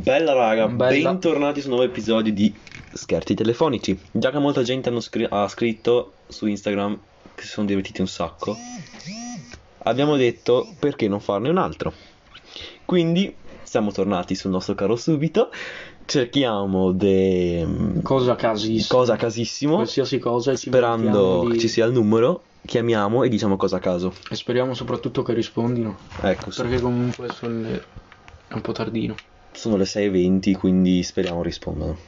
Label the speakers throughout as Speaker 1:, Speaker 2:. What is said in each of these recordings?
Speaker 1: Bella raga,
Speaker 2: Bella.
Speaker 1: bentornati su un nuovo episodio di Scherzi Telefonici. Già che molta gente ha scritto su Instagram che si sono divertiti un sacco, abbiamo detto perché non farne un altro. Quindi siamo tornati sul nostro caro subito. Cerchiamo
Speaker 2: Cosa casissimo.
Speaker 1: cosa a casissimo,
Speaker 2: Qualsiasi cosa e ci
Speaker 1: sperando
Speaker 2: inventiamo
Speaker 1: che ci sia il numero, chiamiamo e diciamo cosa a caso.
Speaker 2: E speriamo soprattutto che rispondino.
Speaker 1: Ecco, sì.
Speaker 2: Perché comunque è un po' tardino.
Speaker 1: Sono le 6:20, quindi speriamo rispondano.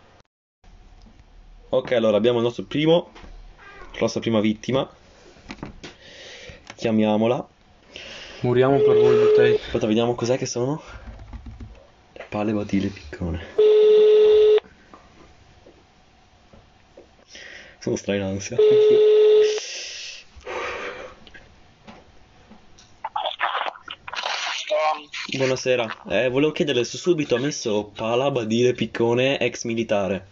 Speaker 1: Ok, allora abbiamo la nostra prima vittima. Chiamiamola.
Speaker 2: Muriamo per voi Buttei.
Speaker 1: Aspetta, vediamo cos'è che sono. Pale, batile, piccone. Sono stra in ansia. Buonasera. Volevo chiederle se subito ha messo pala, badile, piccone, ex militare.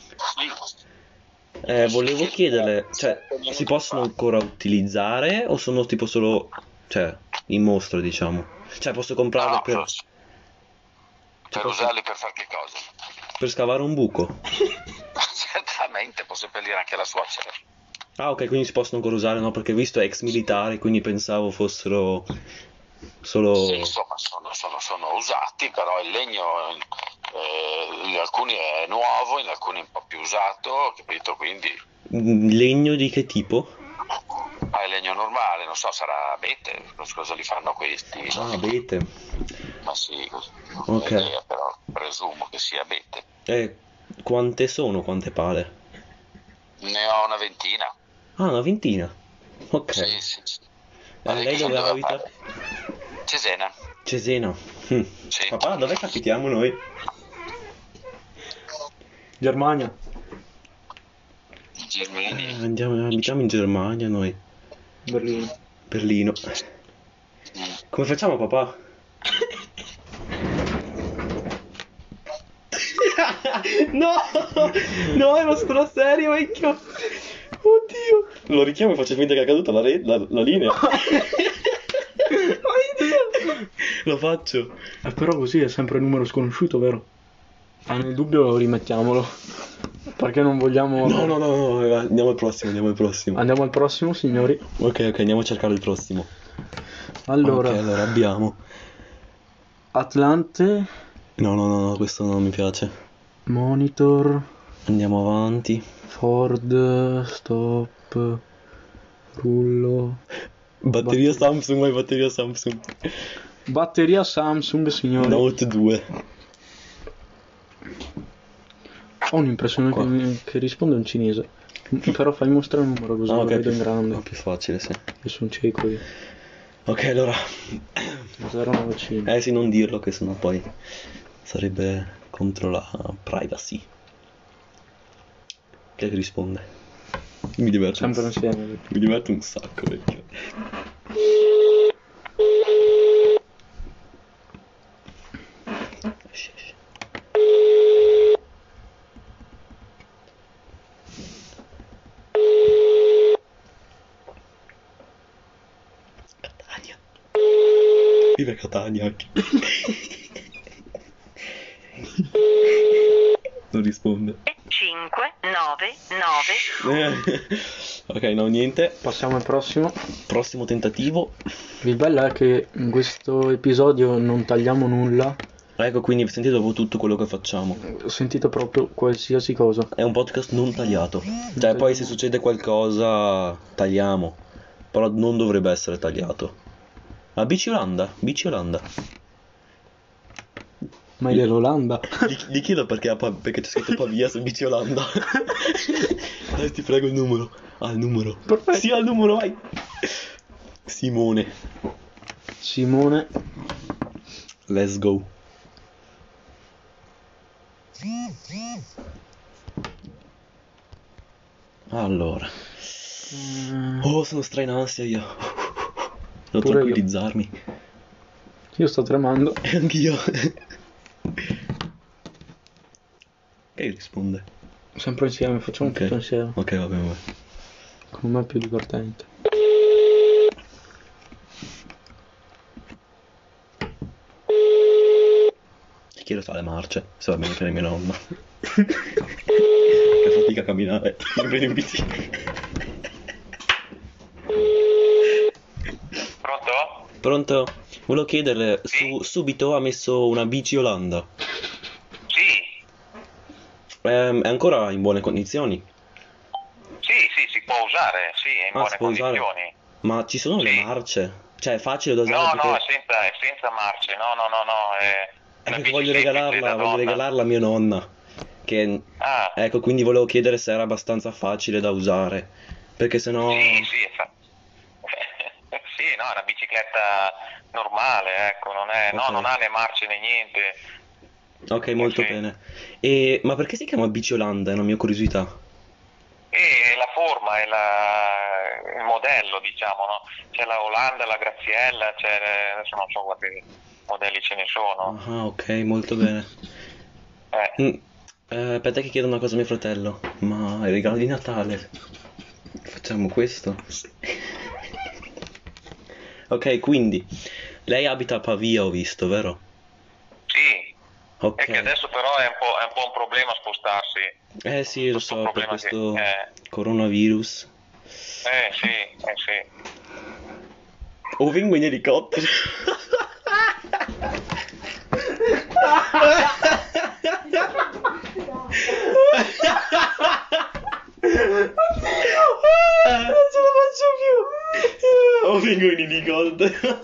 Speaker 1: Volevo chiederle, cioè, si possono ancora utilizzare o sono tipo solo, cioè, in mostra, diciamo? Cioè, posso comprarle
Speaker 3: No,
Speaker 1: per
Speaker 3: per usarli per fare che cosa?
Speaker 1: scavare un buco?
Speaker 3: Certamente, può seppellire anche la suocera.
Speaker 1: Ah, ok, quindi si possono ancora usare, no? Perché visto ex militari, quindi pensavo fossero solo...
Speaker 3: Sì, insomma, sono usati, però il legno in alcuni è nuovo, in alcuni è un po' più usato, capito? Quindi
Speaker 1: Legno di che tipo?
Speaker 3: il legno normale, non so, sarà abete, non so cosa li fanno questi.
Speaker 1: Ah, abete.
Speaker 3: Ma sì, così. Non ho
Speaker 1: Ok.
Speaker 3: idea, però presumo che sia abete.
Speaker 1: Quante sono? Quante pale?
Speaker 3: Ne ho una ventina.
Speaker 1: Ah, una ventina. Ok.
Speaker 3: Sì. Ma lei
Speaker 1: Lei
Speaker 3: cosa
Speaker 1: dove
Speaker 3: doveva
Speaker 1: abita?
Speaker 3: fare? Cesena.
Speaker 1: Cesena.
Speaker 3: Sì.
Speaker 1: Papà, dove capitiamo noi?
Speaker 2: Germania.
Speaker 3: In Germania.
Speaker 1: Abitiamo in Germania noi.
Speaker 2: Berlino.
Speaker 1: Berlino. Come facciamo, papà? No! No, è una storia seria, vecchio! Oddio! Lo richiamo e faccio finta che è caduta la linea. Lo faccio.
Speaker 2: Però così è sempre il numero sconosciuto, vero? Nel dubbio rimettiamolo. Perché non vogliamo...
Speaker 1: No, andiamo al prossimo.
Speaker 2: Andiamo al prossimo, signori.
Speaker 1: Ok, andiamo a cercare il prossimo.
Speaker 2: Allora,
Speaker 1: Ok, allora abbiamo...
Speaker 2: Atlante,
Speaker 1: No, questo non mi piace.
Speaker 2: Monitor,
Speaker 1: Andiamo avanti.
Speaker 2: Ford, Stop, Rullo.
Speaker 1: Batteria Samsung, vai batteria Samsung.
Speaker 2: Batteria Samsung, signori.
Speaker 1: Note 2.
Speaker 2: Ho un'impressione che risponde un cinese. Però fai mostrare il numero così lo vedo in grande.
Speaker 1: più facile, sì.
Speaker 2: Io sono cieco io.
Speaker 1: Ok, allora.
Speaker 2: 095.
Speaker 1: Sì, non dirlo che sennò poi sarebbe contro la privacy. Chi è che risponde? Mi diverte
Speaker 2: Sempre insieme.
Speaker 1: Mi diverte un sacco, vecchio. Catania. Vive Catania anche. Non risponde.
Speaker 4: 5, 9, 9.
Speaker 1: Ok, no, niente.
Speaker 2: Passiamo al prossimo.
Speaker 1: Prossimo tentativo.
Speaker 2: Il bello è che in questo episodio non tagliamo nulla.
Speaker 1: Ecco, quindi sentite dopo tutto quello che facciamo.
Speaker 2: Ho sentito proprio qualsiasi cosa.
Speaker 1: È un podcast non tagliato. Cioè, poi se succede qualcosa, tagliamo. Però non dovrebbe essere tagliato. Ma Bici Olanda?
Speaker 2: Ma è dell'Olanda.
Speaker 1: Gli chiedo perché c'è scritto Pavia su Bici Olanda. Dai, ti prego il numero. Il numero.
Speaker 2: Perfetto.
Speaker 1: Sì, al numero, vai. Simone. Let's go. Allora. Oh, sono stra in ansia io. Devo
Speaker 2: Pure
Speaker 1: tranquillizzarmi.
Speaker 2: Io sto tremando.
Speaker 1: E anch'io. Che risponde?
Speaker 2: Sempre insieme, facciamo
Speaker 1: Ok.
Speaker 2: tutto insieme.
Speaker 1: Ok, va bene.
Speaker 2: Con me è più divertente.
Speaker 1: chiedo se ha le marce, se va bene per mia nonna. Che fatica a camminare, non vedo in bici.
Speaker 3: Pronto?
Speaker 1: Pronto? Volevo chiederle,
Speaker 3: Sì?
Speaker 1: subito ha messo una bici Olanda.
Speaker 3: Sì,
Speaker 1: È ancora in buone condizioni?
Speaker 3: sì, si può usare, sì, è in
Speaker 1: Ah,
Speaker 3: buone
Speaker 1: si può usare?
Speaker 3: condizioni.
Speaker 1: Ma ci sono le
Speaker 3: Sì.
Speaker 1: marce? Cioè, è facile da usare
Speaker 3: No,
Speaker 1: perché...
Speaker 3: no, è senza marce, no, è
Speaker 1: È
Speaker 3: una
Speaker 1: perché
Speaker 3: bici
Speaker 1: voglio
Speaker 3: semplice da
Speaker 1: voglio
Speaker 3: donna.
Speaker 1: regalarla a mia nonna. Che...
Speaker 3: Ah,
Speaker 1: Ecco, quindi volevo chiedere se era abbastanza facile da usare. Perché sennò...
Speaker 3: sì, sì, no, è una bicicletta normale, ecco, no,
Speaker 1: Ok.
Speaker 3: non ha né marce né niente.
Speaker 1: Ok, molto
Speaker 3: Sì.
Speaker 1: bene. Ma perché si chiama bici Olanda? È una mia curiosità.
Speaker 3: E la forma e il modello, diciamo, no? C'è la Olanda, la Graziella, adesso non so quanti modelli ce ne sono.
Speaker 1: Ah, ok, molto bene.
Speaker 3: Eh,
Speaker 1: Mm, aspetta che chiedo una cosa a mio fratello. Ma il regalo di Natale? Facciamo questo? Ok, quindi lei abita a Pavia, ho visto, vero?
Speaker 3: sì,
Speaker 1: Ok.
Speaker 3: è che adesso però è un po' un problema spostarsi.
Speaker 1: Eh sì, lo
Speaker 3: Questo
Speaker 1: so, per
Speaker 3: problema
Speaker 1: questo coronavirus.
Speaker 3: sì.
Speaker 1: O vengo in elicottero. Non ce la faccio più. O vengo in elicottero.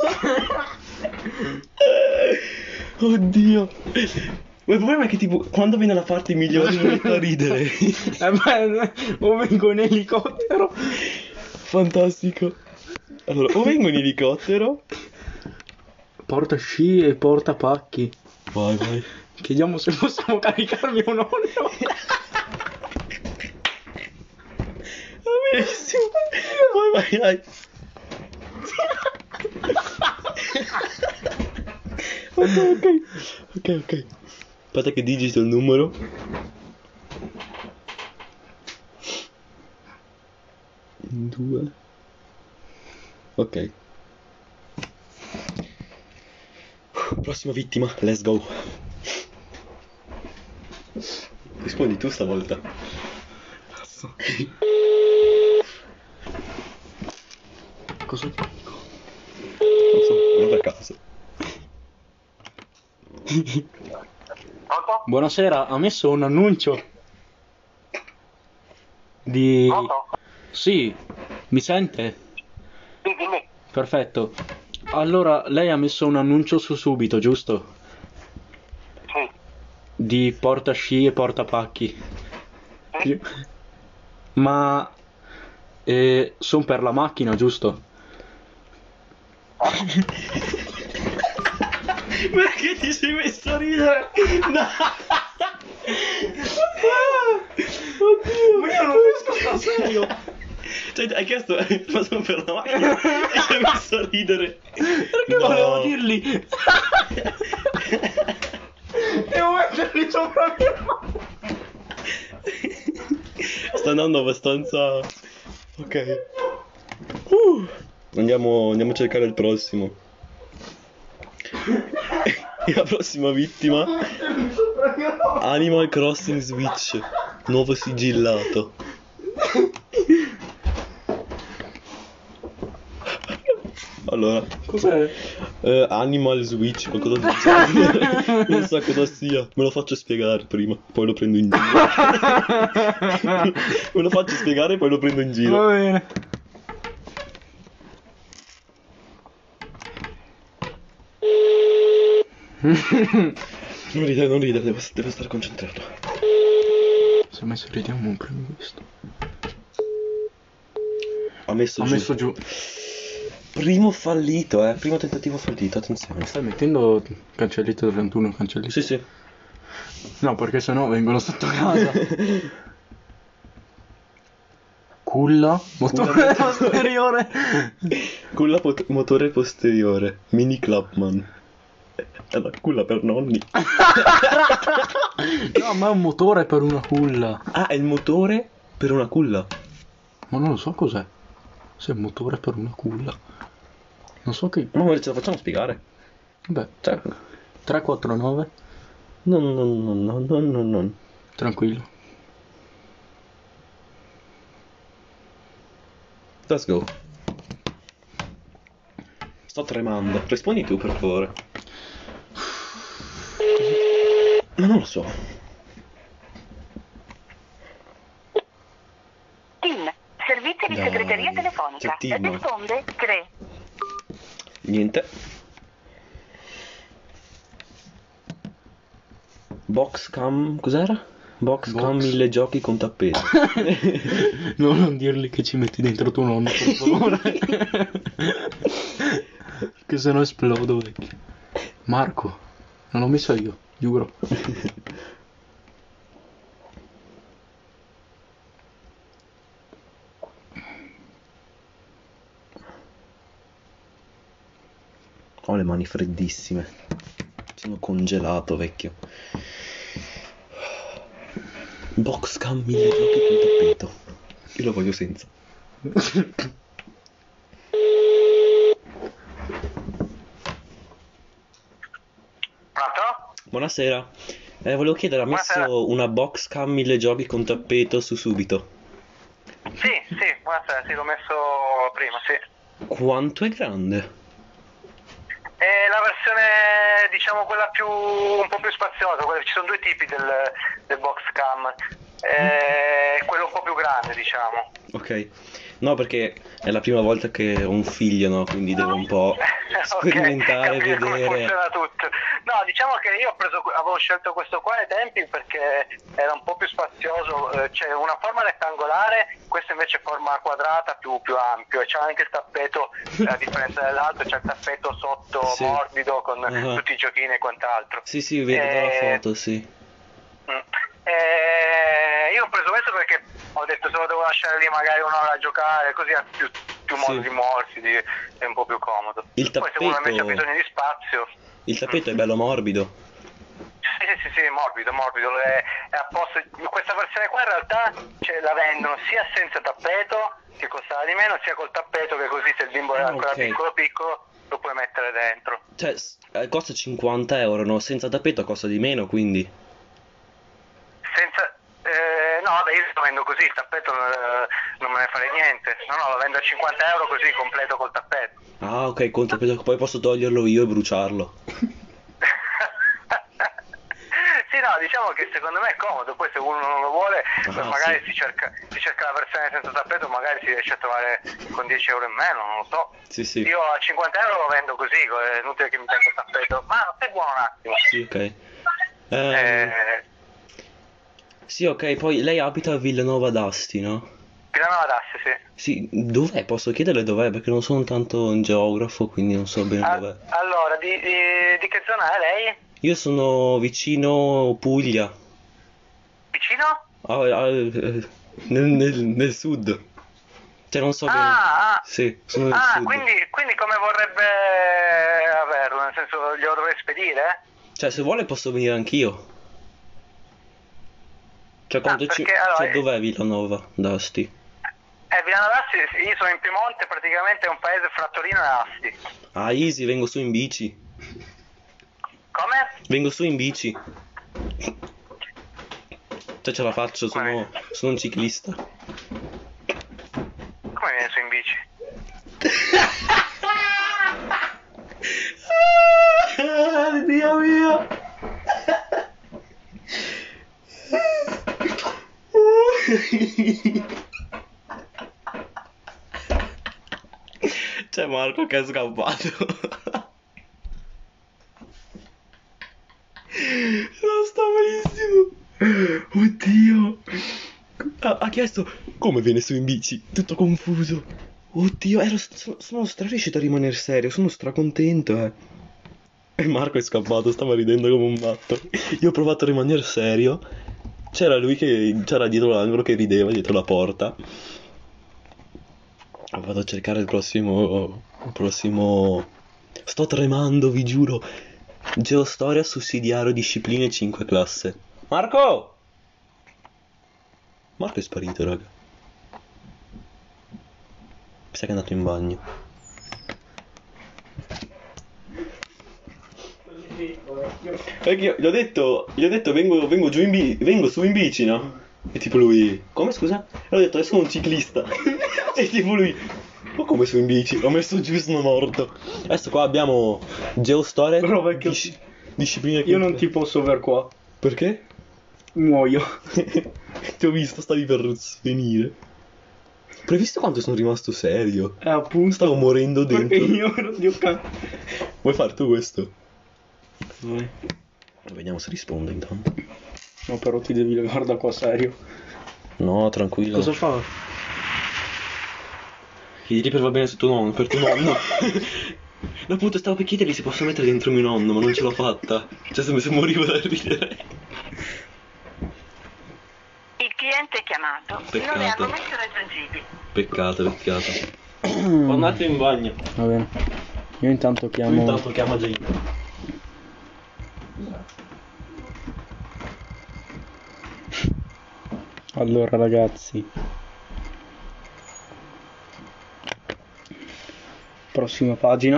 Speaker 1: Oddio. Ma il problema è che tipo quando viene la parte migliore mi metto a ridere.
Speaker 2: Beh, o vengo in elicottero.
Speaker 1: Fantastico. Allora, o vengo in elicottero.
Speaker 2: Porta sci e porta pacchi.
Speaker 1: Vai, vai.
Speaker 2: Chiediamo se possiamo caricarmi un olio.
Speaker 1: Va benissimo. Vai, vai. Ok. Aspetta che digito il numero. 2. Ok. Prossima vittima, let's go. Rispondi tu stavolta.
Speaker 2: Cazzo. Cosa dico?
Speaker 1: Non so, guarda a caso.
Speaker 3: Pronto?
Speaker 2: Buonasera, ha messo un annuncio di...
Speaker 3: Pronto?
Speaker 2: Sì, mi sente?
Speaker 3: Sì, dimmi.
Speaker 2: Perfetto. Allora, lei ha messo un annuncio su Subito, giusto?
Speaker 3: Sì.
Speaker 2: Di porta sci e porta pacchi.
Speaker 3: Sì.
Speaker 2: Ma sono per la macchina, giusto?
Speaker 1: Perché ti sei messo a ridere? No! Oddio!
Speaker 2: Ma io non riesco a stare serio.
Speaker 1: Cioè, hai chiesto, ma sono per la macchina e ti hai messo a ridere.
Speaker 2: Perché
Speaker 1: No.
Speaker 2: volevo dirgli? Devo metterli sopra mia mano.
Speaker 1: Sta andando abbastanza... Ok. Andiamo a cercare il prossimo. E la prossima vittima... Animal Crossing Switch. Nuovo sigillato. Allora,
Speaker 2: Cos'è?
Speaker 1: Animal Switch, qualcosa del genere. Non so cosa sia. Me lo faccio spiegare prima, poi lo prendo in giro. Me lo faccio spiegare, poi lo prendo in giro.
Speaker 2: Va bene.
Speaker 1: Non ridere, devo stare concentrato.
Speaker 2: Se messo ridiamo un primo questo.
Speaker 1: Ha messo
Speaker 2: Ho
Speaker 1: giù.
Speaker 2: messo giù.
Speaker 1: Primo fallito, primo tentativo fallito, attenzione.
Speaker 2: Stai mettendo cancellito 31 cancellito?
Speaker 1: Sì, sì.
Speaker 2: No, perché sennò vengono sotto casa. Culla, motore posteriore.
Speaker 1: Culla motore posteriore, mini Clubman. È la culla per nonni.
Speaker 2: No, ma è un motore per una culla.
Speaker 1: Ah, è il motore per una culla.
Speaker 2: Ma non lo so cos'è. Se è un motore per una culla. Non so che...
Speaker 1: Ma ce la facciamo spiegare?
Speaker 2: Vabbè,
Speaker 1: Cioè,
Speaker 2: 349
Speaker 1: No, no, no, no, no, no, no, no.
Speaker 2: Tranquillo.
Speaker 1: Let's go. Sto tremando. Rispondi tu, per favore. Ma non lo so.
Speaker 4: TIM, servizi di
Speaker 1: Dai,
Speaker 4: segreteria telefonica.
Speaker 1: c'è TIM.
Speaker 4: Risponde 3.
Speaker 1: Niente. Boxcam, cos'era? Boxcam
Speaker 2: Box.
Speaker 1: 1000 giochi con tappeto.
Speaker 2: No, non dirgli che ci metti dentro tuo nonno, per favore. Che sennò esplodo, vecchio. Marco, non l'ho messo io, giuro.
Speaker 1: Ho le mani freddissime. Sono congelato, vecchio. Boxcam 1000 giochi con tappeto. Io lo voglio senza.
Speaker 3: Pronto?
Speaker 1: Buonasera. Volevo chiedere, ha messo
Speaker 3: Buonasera.
Speaker 1: una Boxcam 1000 giochi con tappeto su Subito?
Speaker 3: Sì, buonasera, sì, l'ho messo prima, sì.
Speaker 1: Quanto è grande?
Speaker 3: È la versione, diciamo, quella un po' più spaziosa, ci sono due tipi del box cam. Quello un po' più grande, diciamo.
Speaker 1: Ok. No, perché è la prima volta che ho un figlio, no? Quindi devo un po' sperimentare,
Speaker 3: Ok, capire come
Speaker 1: vedere.
Speaker 3: funziona tutto. No, diciamo che io avevo scelto questo qua ai tempi perché era un po' più spazioso, c'è una forma rettangolare, questo invece è forma quadrata più ampio, e c'è anche il tappeto, a differenza dell'altro, c'è il tappeto sotto
Speaker 1: Sì.
Speaker 3: morbido con
Speaker 1: Ah.
Speaker 3: tutti i giochini e quant'altro.
Speaker 1: Sì, sì, vedo la foto, sì.
Speaker 3: Io ho preso questo perché ho detto se lo devo lasciare lì magari un'ora a giocare, così ha più modo
Speaker 1: Sì.
Speaker 3: di muoversi, è un po' più comodo.
Speaker 1: Il
Speaker 3: Poi se uno invece ha
Speaker 1: tappeto-
Speaker 3: bisogno di spazio,
Speaker 1: Il tappeto è bello morbido.
Speaker 3: sì, morbido, è apposta. Questa versione qua in realtà la vendono sia senza tappeto, che costava di meno, sia col tappeto, che così se il bimbo è ancora
Speaker 1: ok.
Speaker 3: piccolo lo puoi mettere dentro.
Speaker 1: Cioè, costa 50 euro, no? Senza tappeto costa di meno, quindi.
Speaker 3: Senza, no, vabbè, io lo vendo così, il tappeto non me ne farei niente. No, lo vendo a 50 euro così completo col tappeto.
Speaker 1: Ah, ok, con tappeto, poi posso toglierlo io e bruciarlo.
Speaker 3: Sì, no, diciamo che secondo me è comodo, poi se uno non lo vuole, magari
Speaker 1: sì.
Speaker 3: si cerca la versione senza tappeto, magari si riesce a trovare con 10 euro in meno, non lo so.
Speaker 1: Sì, sì.
Speaker 3: Io a 50 euro lo vendo così, è inutile che mi tenga il tappeto. Ma stai buono un attimo.
Speaker 1: Sì, ok. Sì, ok, poi lei abita a Villanova d'Asti, no?
Speaker 3: Piranova d'Asti, sì.
Speaker 1: Sì, dov'è? Posso chiederle dov'è? Perché non sono tanto un geografo, quindi non so bene dov'è.
Speaker 3: Allora, di che zona è lei?
Speaker 1: Io sono vicino Puglia,
Speaker 3: Vicino?
Speaker 1: nel sud. Cioè, non so bene. Sì, sono nel sud.
Speaker 3: Quindi come vorrebbe averlo? Nel senso, glielo dovrei spedire?
Speaker 1: Cioè, se vuole posso venire anch'io. Cioè, quanto
Speaker 3: perché, allora,
Speaker 1: cioè, dov'è Villanova d'Asti?
Speaker 3: Vilano d'Asti, io sono in Piemonte, praticamente è un paese fra Torino e Asti.
Speaker 1: Ah, easy, vengo su in bici.
Speaker 3: Come?
Speaker 1: Vengo su in bici. Cioè, ce la faccio, sono un ciclista.
Speaker 3: Come vieni su in bici?
Speaker 1: Dio mio. C'è Marco che è scappato. Non sta malissimo. Oddio. Ha chiesto come viene su in bici, tutto confuso. Oddio, sono riuscito a rimanere serio, sono stracontento, E Marco è scappato, stava ridendo come un matto. Io ho provato a rimanere serio. C'era lui c'era dietro l'angolo che rideva, dietro la porta. Vado a cercare il prossimo. Sto tremando, vi giuro. Geostoria, sussidiario, discipline 5 classe. Marco! Marco è sparito, raga. Mi sa che è andato in bagno. Perché io gli ho detto vengo giù vengo su in bici, no? E tipo lui, come scusa? E ho detto, sono un ciclista. E tipo lui, ma come su in bici? Ho messo giù e sono morto. Adesso qua abbiamo Geostore.
Speaker 2: Però vecchio,
Speaker 1: Disciplina
Speaker 2: io non ti posso ver qua.
Speaker 1: Perché?
Speaker 2: Muoio.
Speaker 1: Ti ho visto, stavi per svenire. Però hai visto quanto sono rimasto serio?
Speaker 2: Appunto.
Speaker 1: Stavo morendo dentro.
Speaker 2: Perché io ero di
Speaker 1: Vuoi fare tu questo?
Speaker 2: Vai.
Speaker 1: Vediamo se risponde intanto.
Speaker 2: No, però ti devi levare da qua serio.
Speaker 1: No, tranquillo.
Speaker 2: Cosa fa?
Speaker 1: Chiedi per va bene su tuo nonno, per tuo nonno. No, appunto stavo per chiedergli se posso mettere dentro mio nonno, ma non ce l'ho fatta. Cioè, se morivo da ridere.
Speaker 4: Il cliente chiamato
Speaker 1: Peccato.
Speaker 4: non è al momento raggiungibile.
Speaker 1: Peccato. Vado un attimo in bagno.
Speaker 2: Va bene. Io intanto chiamo...
Speaker 1: Intanto chiama Jane.
Speaker 2: Allora ragazzi, prossima pagina.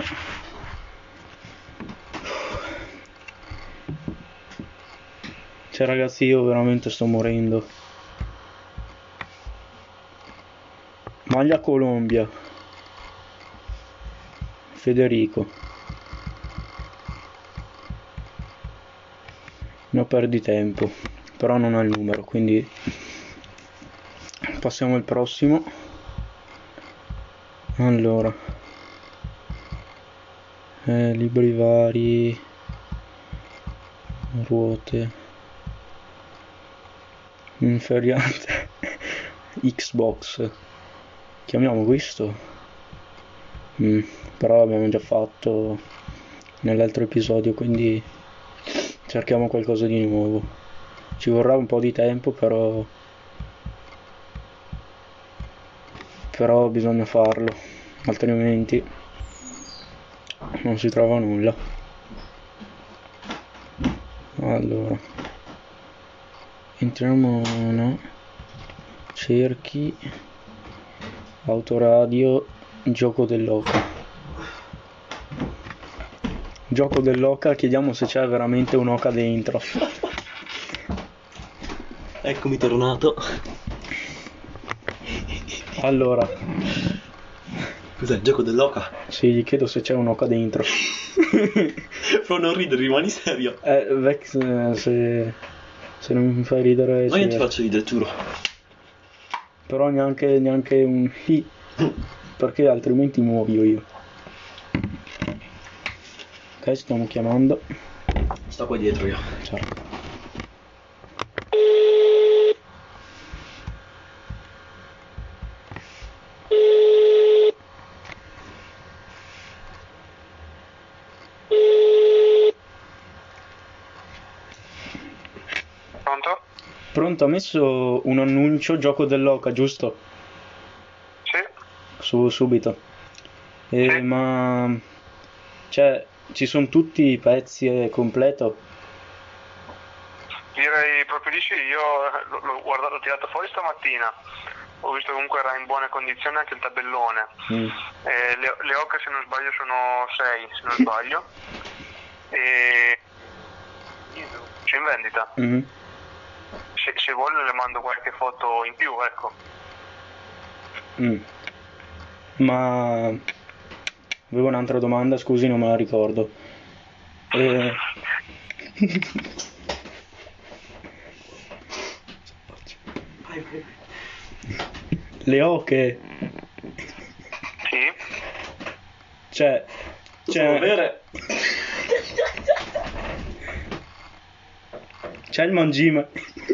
Speaker 2: Cioè ragazzi, io veramente sto morendo. Maglia Colombia, Federico. Non perdi tempo, però non ha il numero, quindi passiamo al prossimo. Allora, libri vari, ruote, inferiante, Xbox. Chiamiamo questo? Però l'abbiamo già fatto nell'altro episodio, quindi cerchiamo qualcosa di nuovo. Ci vorrà un po' di tempo, però bisogna farlo, altrimenti non si trova nulla. Allora, entriamo, no, cerchi, autoradio, gioco dell'oca. Gioco dell'oca, chiediamo se c'è veramente un'oca dentro.
Speaker 1: Eccomi tornato.
Speaker 2: Allora,
Speaker 1: Cos'è? Gioco dell'oca?
Speaker 2: sì, gli chiedo se c'è un'oca dentro.
Speaker 1: Però non ridere, rimani serio.
Speaker 2: Vex, se non mi fai ridere...
Speaker 1: Ma io non ti faccio ridere, giuro.
Speaker 2: Però neanche un hi, perché altrimenti muoio io. Ok, stiamo chiamando.
Speaker 1: Sto qua dietro io.
Speaker 2: Ciao.
Speaker 3: Pronto?
Speaker 2: Pronto, ha messo un annuncio gioco dell'oca, giusto?
Speaker 3: Sì?
Speaker 2: Subito.
Speaker 3: Sì.
Speaker 2: Ma... cioè, ci sono tutti i pezzi completo?
Speaker 3: Direi proprio di sì, io l'ho guardato, l'ho tirato fuori stamattina, ho visto che comunque era in buone condizioni anche il tabellone. Le oche se non sbaglio sono 6, se non sbaglio, e c'è in vendita.
Speaker 2: Mhm.
Speaker 3: Se vuole le mando qualche foto in più, ecco.
Speaker 2: Ma avevo un'altra domanda, scusi, non me la ricordo. Le oche,
Speaker 3: Sì?
Speaker 2: cioè, c'è il mangime.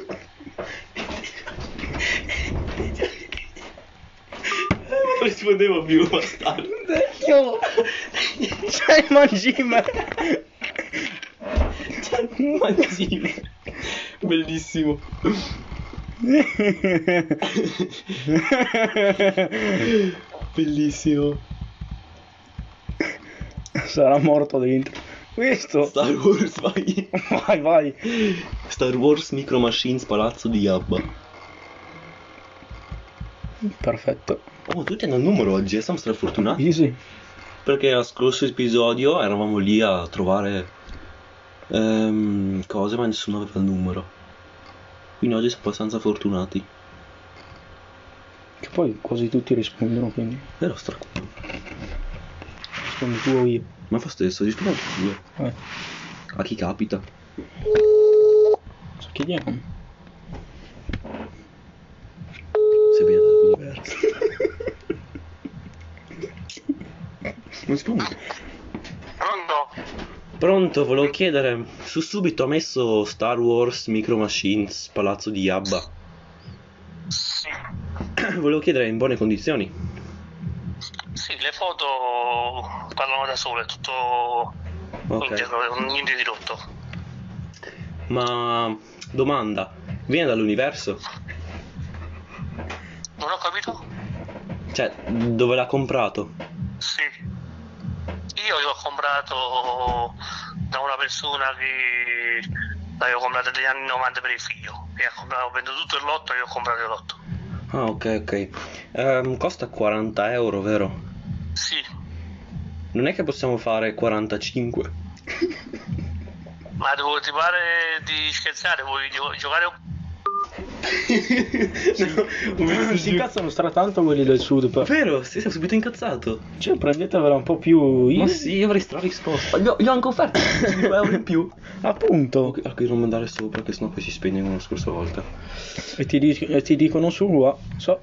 Speaker 1: Non rispondevo più, bastardo.
Speaker 2: C'è il mangime.
Speaker 1: Mangime. Bellissimo. Bellissimo.
Speaker 2: Sarà morto dentro. Questo.
Speaker 1: Star Wars, vai.
Speaker 2: Vai.
Speaker 1: Star Wars Micro Machines Palazzo di Yabba.
Speaker 2: Perfetto.
Speaker 1: Oh, tutti hanno il numero oggi, siamo strafortunati.
Speaker 2: Easy.
Speaker 1: Perché allo scorso episodio eravamo lì a trovare Cose, ma nessuno aveva il numero. Quindi oggi siamo abbastanza fortunati.
Speaker 2: Che poi quasi tutti rispondono, quindi
Speaker 1: Però straculo.
Speaker 2: rispondi tu o io.
Speaker 1: Ma fa stesso, rispondo a tutti e due. A chi capita.
Speaker 2: Cosa chiediamo?
Speaker 1: Se viene dall'universo. Non rispondo.
Speaker 3: Pronto?
Speaker 1: Pronto, volevo chiedere, su Subito ha messo Star Wars Micro Machines Palazzo di Yabba.
Speaker 3: Sì.
Speaker 1: Volevo chiedere in buone condizioni.
Speaker 3: Sì, le foto parlano da sole, tutto
Speaker 1: Ok.
Speaker 3: integro, niente di rotto.
Speaker 1: Ma domanda, viene dall'universo?
Speaker 3: Non ho capito?
Speaker 1: Cioè, dove l'ha comprato?
Speaker 3: Sì. Io l'ho comprato da una persona che l'avevo comprato negli anni 90 per il figlio. E ho venduto tutto il lotto e io ho comprato il lotto.
Speaker 1: Ah, ok, ok. Costa 40 euro, vero?
Speaker 3: Sì.
Speaker 1: Non è che possiamo fare 45?
Speaker 3: Ma ti pare di scherzare? Vuoi giocare un
Speaker 2: Si incazzano stratanto quelli del sud, però.
Speaker 1: Vero? Sì, sei subito incazzato.
Speaker 2: Cioè, prendetevela un po' più.
Speaker 1: Ma sì, io avrei risposto. Gli ho anche offerto 5 euro in più.
Speaker 2: Appunto.
Speaker 1: Ok, non mandare sopra, che sennò poi si spegne come la scorsa volta.
Speaker 2: E ti dicono su qua, so.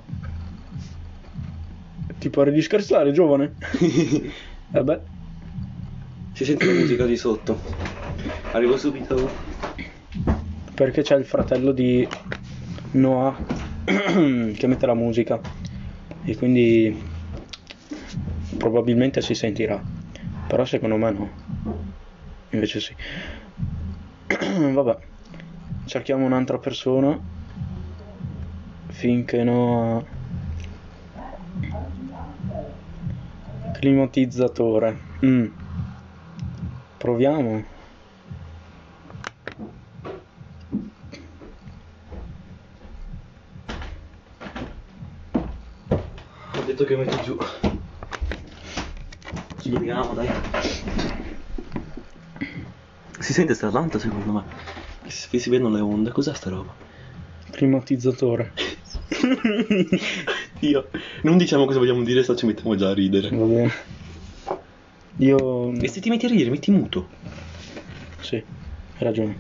Speaker 2: Ti pare di scherzare, giovane? Vabbè.
Speaker 1: Si sente la musica di sotto. Arrivo subito.
Speaker 2: Perché c'è il fratello di Noah che mette la musica. E quindi probabilmente si sentirà. Però secondo me no. Invece sì. Vabbè. Cerchiamo un'altra persona. Finché Noah. Climatizzatore. Proviamo.
Speaker 1: Ho detto che metti giù. Ci proviamo, dai. Si sente sta tanto secondo me. Si vedono le onde. Cos'è sta roba?
Speaker 2: Climatizzatore.
Speaker 1: Io. Non diciamo cosa vogliamo dire, se ci mettiamo già a ridere.
Speaker 2: Va bene. Io.
Speaker 1: E se ti metti a ridere, metti muto.
Speaker 2: Sì, hai ragione.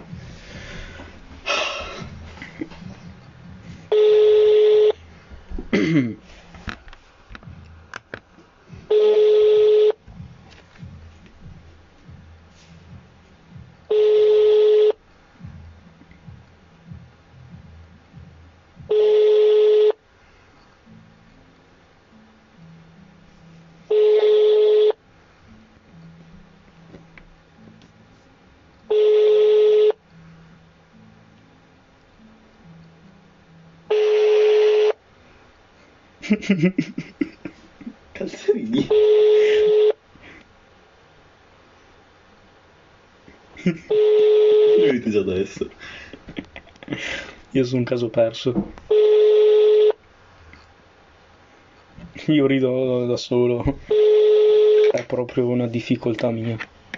Speaker 1: Calzerini. Io ridi già adesso.
Speaker 2: Io sono un caso perso. Io rido da solo. È proprio una difficoltà mia.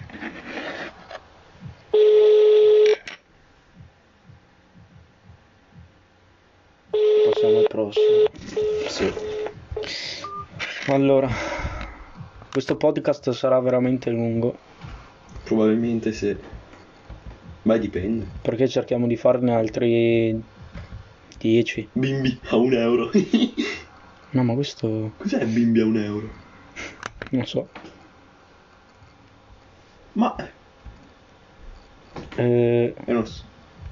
Speaker 2: Passiamo al prossimo.
Speaker 1: Sì.
Speaker 2: Allora, questo podcast sarà veramente lungo
Speaker 1: Probabilmente se. Ma dipende.
Speaker 2: perché cerchiamo di farne altri 10.
Speaker 1: Bimbi a 1 euro.
Speaker 2: No, ma questo
Speaker 1: Cos'è bimbi a 1 euro?
Speaker 2: non so.
Speaker 1: Ma. Non so.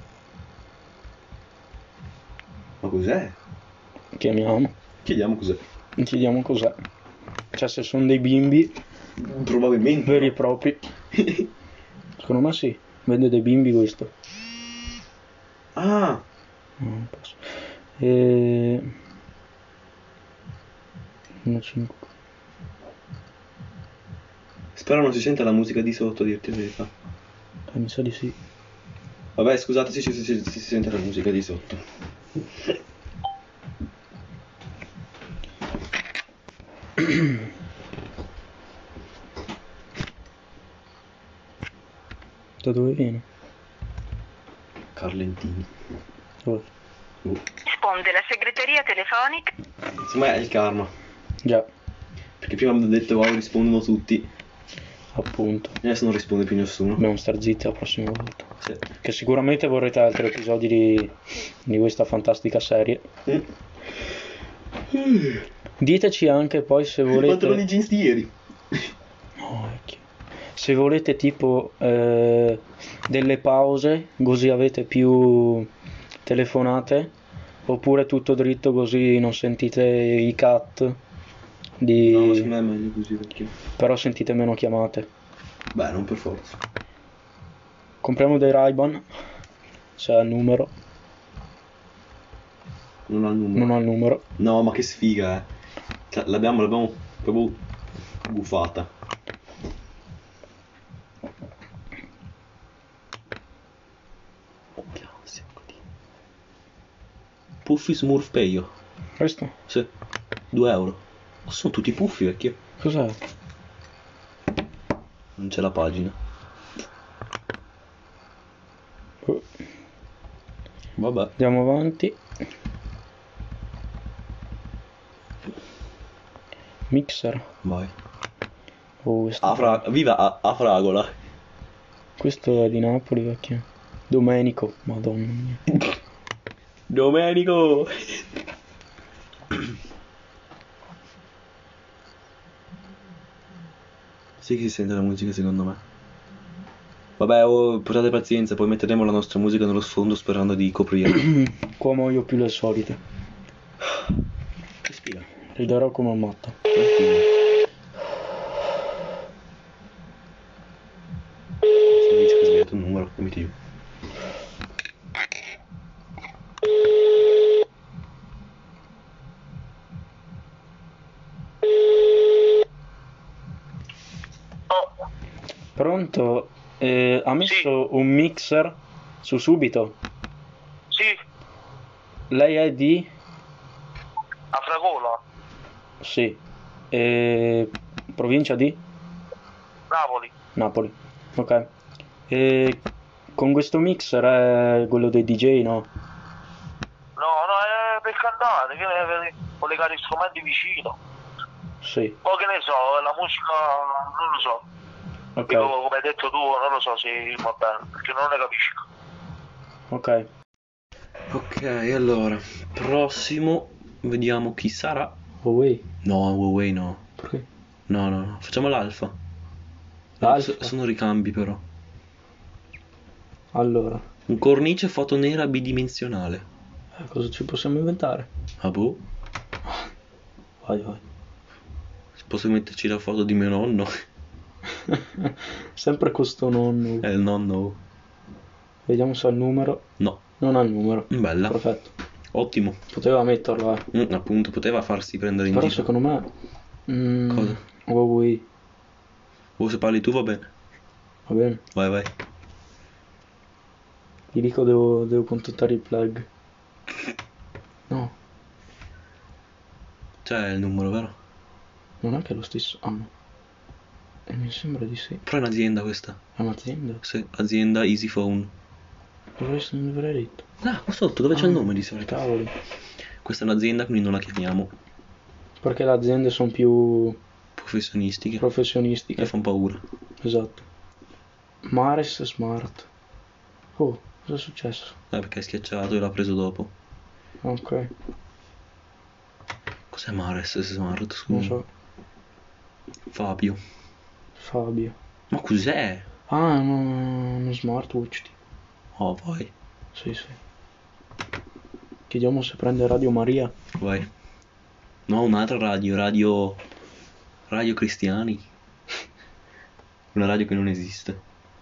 Speaker 1: Ma cos'è?
Speaker 2: Chiamiamo.
Speaker 1: Chiediamo cos'è.
Speaker 2: Chiediamo cos'è. Cioè, se sono dei bimbi
Speaker 1: Probabilmente.
Speaker 2: veri e propri. Secondo me sì. Vende dei bimbi questo.
Speaker 1: Ah.
Speaker 2: No, non posso. 1,5.
Speaker 1: Spero non si senta la musica di sotto, a dirti la verità.
Speaker 2: Mi sa di sì.
Speaker 1: Vabbè, scusate se si sente la musica di sotto.
Speaker 2: Da dove viene?
Speaker 1: Carlentini.
Speaker 2: Dove?
Speaker 4: Risponde la segreteria telefonica.
Speaker 1: Insomma è il karma.
Speaker 2: Già,
Speaker 1: Perché prima mi hanno detto wow, rispondono tutti.
Speaker 2: appunto.
Speaker 1: Adesso non risponde più nessuno.
Speaker 2: Dobbiamo star zitti la prossima volta.
Speaker 1: Sì.
Speaker 2: Che sicuramente vorrete altri episodi di questa fantastica serie. Diteci anche poi se
Speaker 1: Pantaloni
Speaker 2: volete.
Speaker 1: jeans di ieri.
Speaker 2: No, vecchio. Se volete tipo delle pause, così avete più telefonate, oppure tutto dritto così non sentite i cut
Speaker 1: No,
Speaker 2: di...
Speaker 1: secondo me è meglio così vecchio.
Speaker 2: però sentite meno chiamate.
Speaker 1: Beh, non per forza.
Speaker 2: Compriamo dei Ray-Ban, se ha il numero,
Speaker 1: Non ha il numero.
Speaker 2: non ha il numero.
Speaker 1: No, ma che sfiga, eh. Cioè, l'abbiamo proprio buffata. Oh, che ansia. Puffi Smurf Payo.
Speaker 2: Questo?
Speaker 1: Sì. 2 euro. Ma sono tutti puffi, vecchio.
Speaker 2: Cos'è?
Speaker 1: Non c'è la pagina. Vabbè.
Speaker 2: Andiamo avanti. Mixer.
Speaker 1: Vai.
Speaker 2: Oh, questo,
Speaker 1: Viva a Fragola.
Speaker 2: questo è di Napoli, vecchio. Domenico, madonna mia.
Speaker 1: Domenico. Sì che si sente la musica secondo me. Vabbè, portate pazienza, poi metteremo la nostra musica nello sfondo sperando di coprire.
Speaker 2: Qua muoio più le solite.
Speaker 1: Respira.
Speaker 2: Riderò come un matto.
Speaker 1: Tranquillo. Se mi dice che ho sbagliato il numero, metti giù.
Speaker 2: Pronto? Ha messo un mixer su subito.
Speaker 3: Sì,
Speaker 2: Lei è di?
Speaker 3: a Fragola,
Speaker 2: Sì. Provincia di?
Speaker 3: Napoli.
Speaker 2: Napoli. Ok. Con questo mixer è quello dei DJ, no?
Speaker 3: No, è per cantare, che ne collegare strumenti vicino.
Speaker 2: Sì.
Speaker 3: Poi che ne so, la musica non lo so.
Speaker 2: Ok.
Speaker 3: Dico, come hai detto tu, non lo so se va bene, perché non ne capisco.
Speaker 2: Ok.
Speaker 1: Ok, allora, prossimo, vediamo chi sarà.
Speaker 2: Huawei.
Speaker 1: No, Huawei no.
Speaker 2: Perché?
Speaker 1: No, facciamo l'alfa.
Speaker 2: L'Alfa?
Speaker 1: Sono ricambi però.
Speaker 2: Allora,
Speaker 1: Un cornice foto nera bidimensionale.
Speaker 2: cosa ci possiamo inventare?
Speaker 1: Ah boh,
Speaker 2: Vai.
Speaker 1: posso metterci la foto di mio nonno?
Speaker 2: Sempre con sto nonno.
Speaker 1: Il nonno.
Speaker 2: Vediamo se ha il numero.
Speaker 1: No,
Speaker 2: Non ha il numero.
Speaker 1: bella.
Speaker 2: Perfetto.
Speaker 1: Ottimo.
Speaker 2: Poteva metterlo,
Speaker 1: Appunto, poteva farsi prendere in
Speaker 2: Però
Speaker 1: giro.
Speaker 2: secondo me...
Speaker 1: Cosa?
Speaker 2: Huawei.
Speaker 1: O se parli tu va bene.
Speaker 2: Va bene.
Speaker 1: Vai.
Speaker 2: Gli dico devo contattare il plug. No,
Speaker 1: C'è il numero, vero?
Speaker 2: non è che è lo stesso. Ah no. Mi sembra di sì.
Speaker 1: Però è un'azienda questa.
Speaker 2: È un'azienda.
Speaker 1: Sì, azienda Easy Phone.
Speaker 2: Non dovrei detto.
Speaker 1: Ah, qua sotto dove c'è il nome di solito?
Speaker 2: Cavoli.
Speaker 1: Questa è un'azienda, quindi non la chiamiamo.
Speaker 2: Perché le aziende sono più
Speaker 1: Professionistiche.
Speaker 2: professionistiche.
Speaker 1: E fanno paura.
Speaker 2: Esatto. Mares Smart. Oh, cosa è successo?
Speaker 1: Perché è schiacciato e l'ha preso dopo.
Speaker 2: Ok,
Speaker 1: Cos'è Mares Smart? Scusa.
Speaker 2: non so.
Speaker 1: Fabio.
Speaker 2: Fabio.
Speaker 1: Ma cos'è?
Speaker 2: Ah, no, uno smartwatch.
Speaker 1: Oh, vai.
Speaker 2: Sì. Chiediamo se prende Radio Maria.
Speaker 1: Vai. No, un'altra radio. Radio Cristiani. Una radio che non esiste.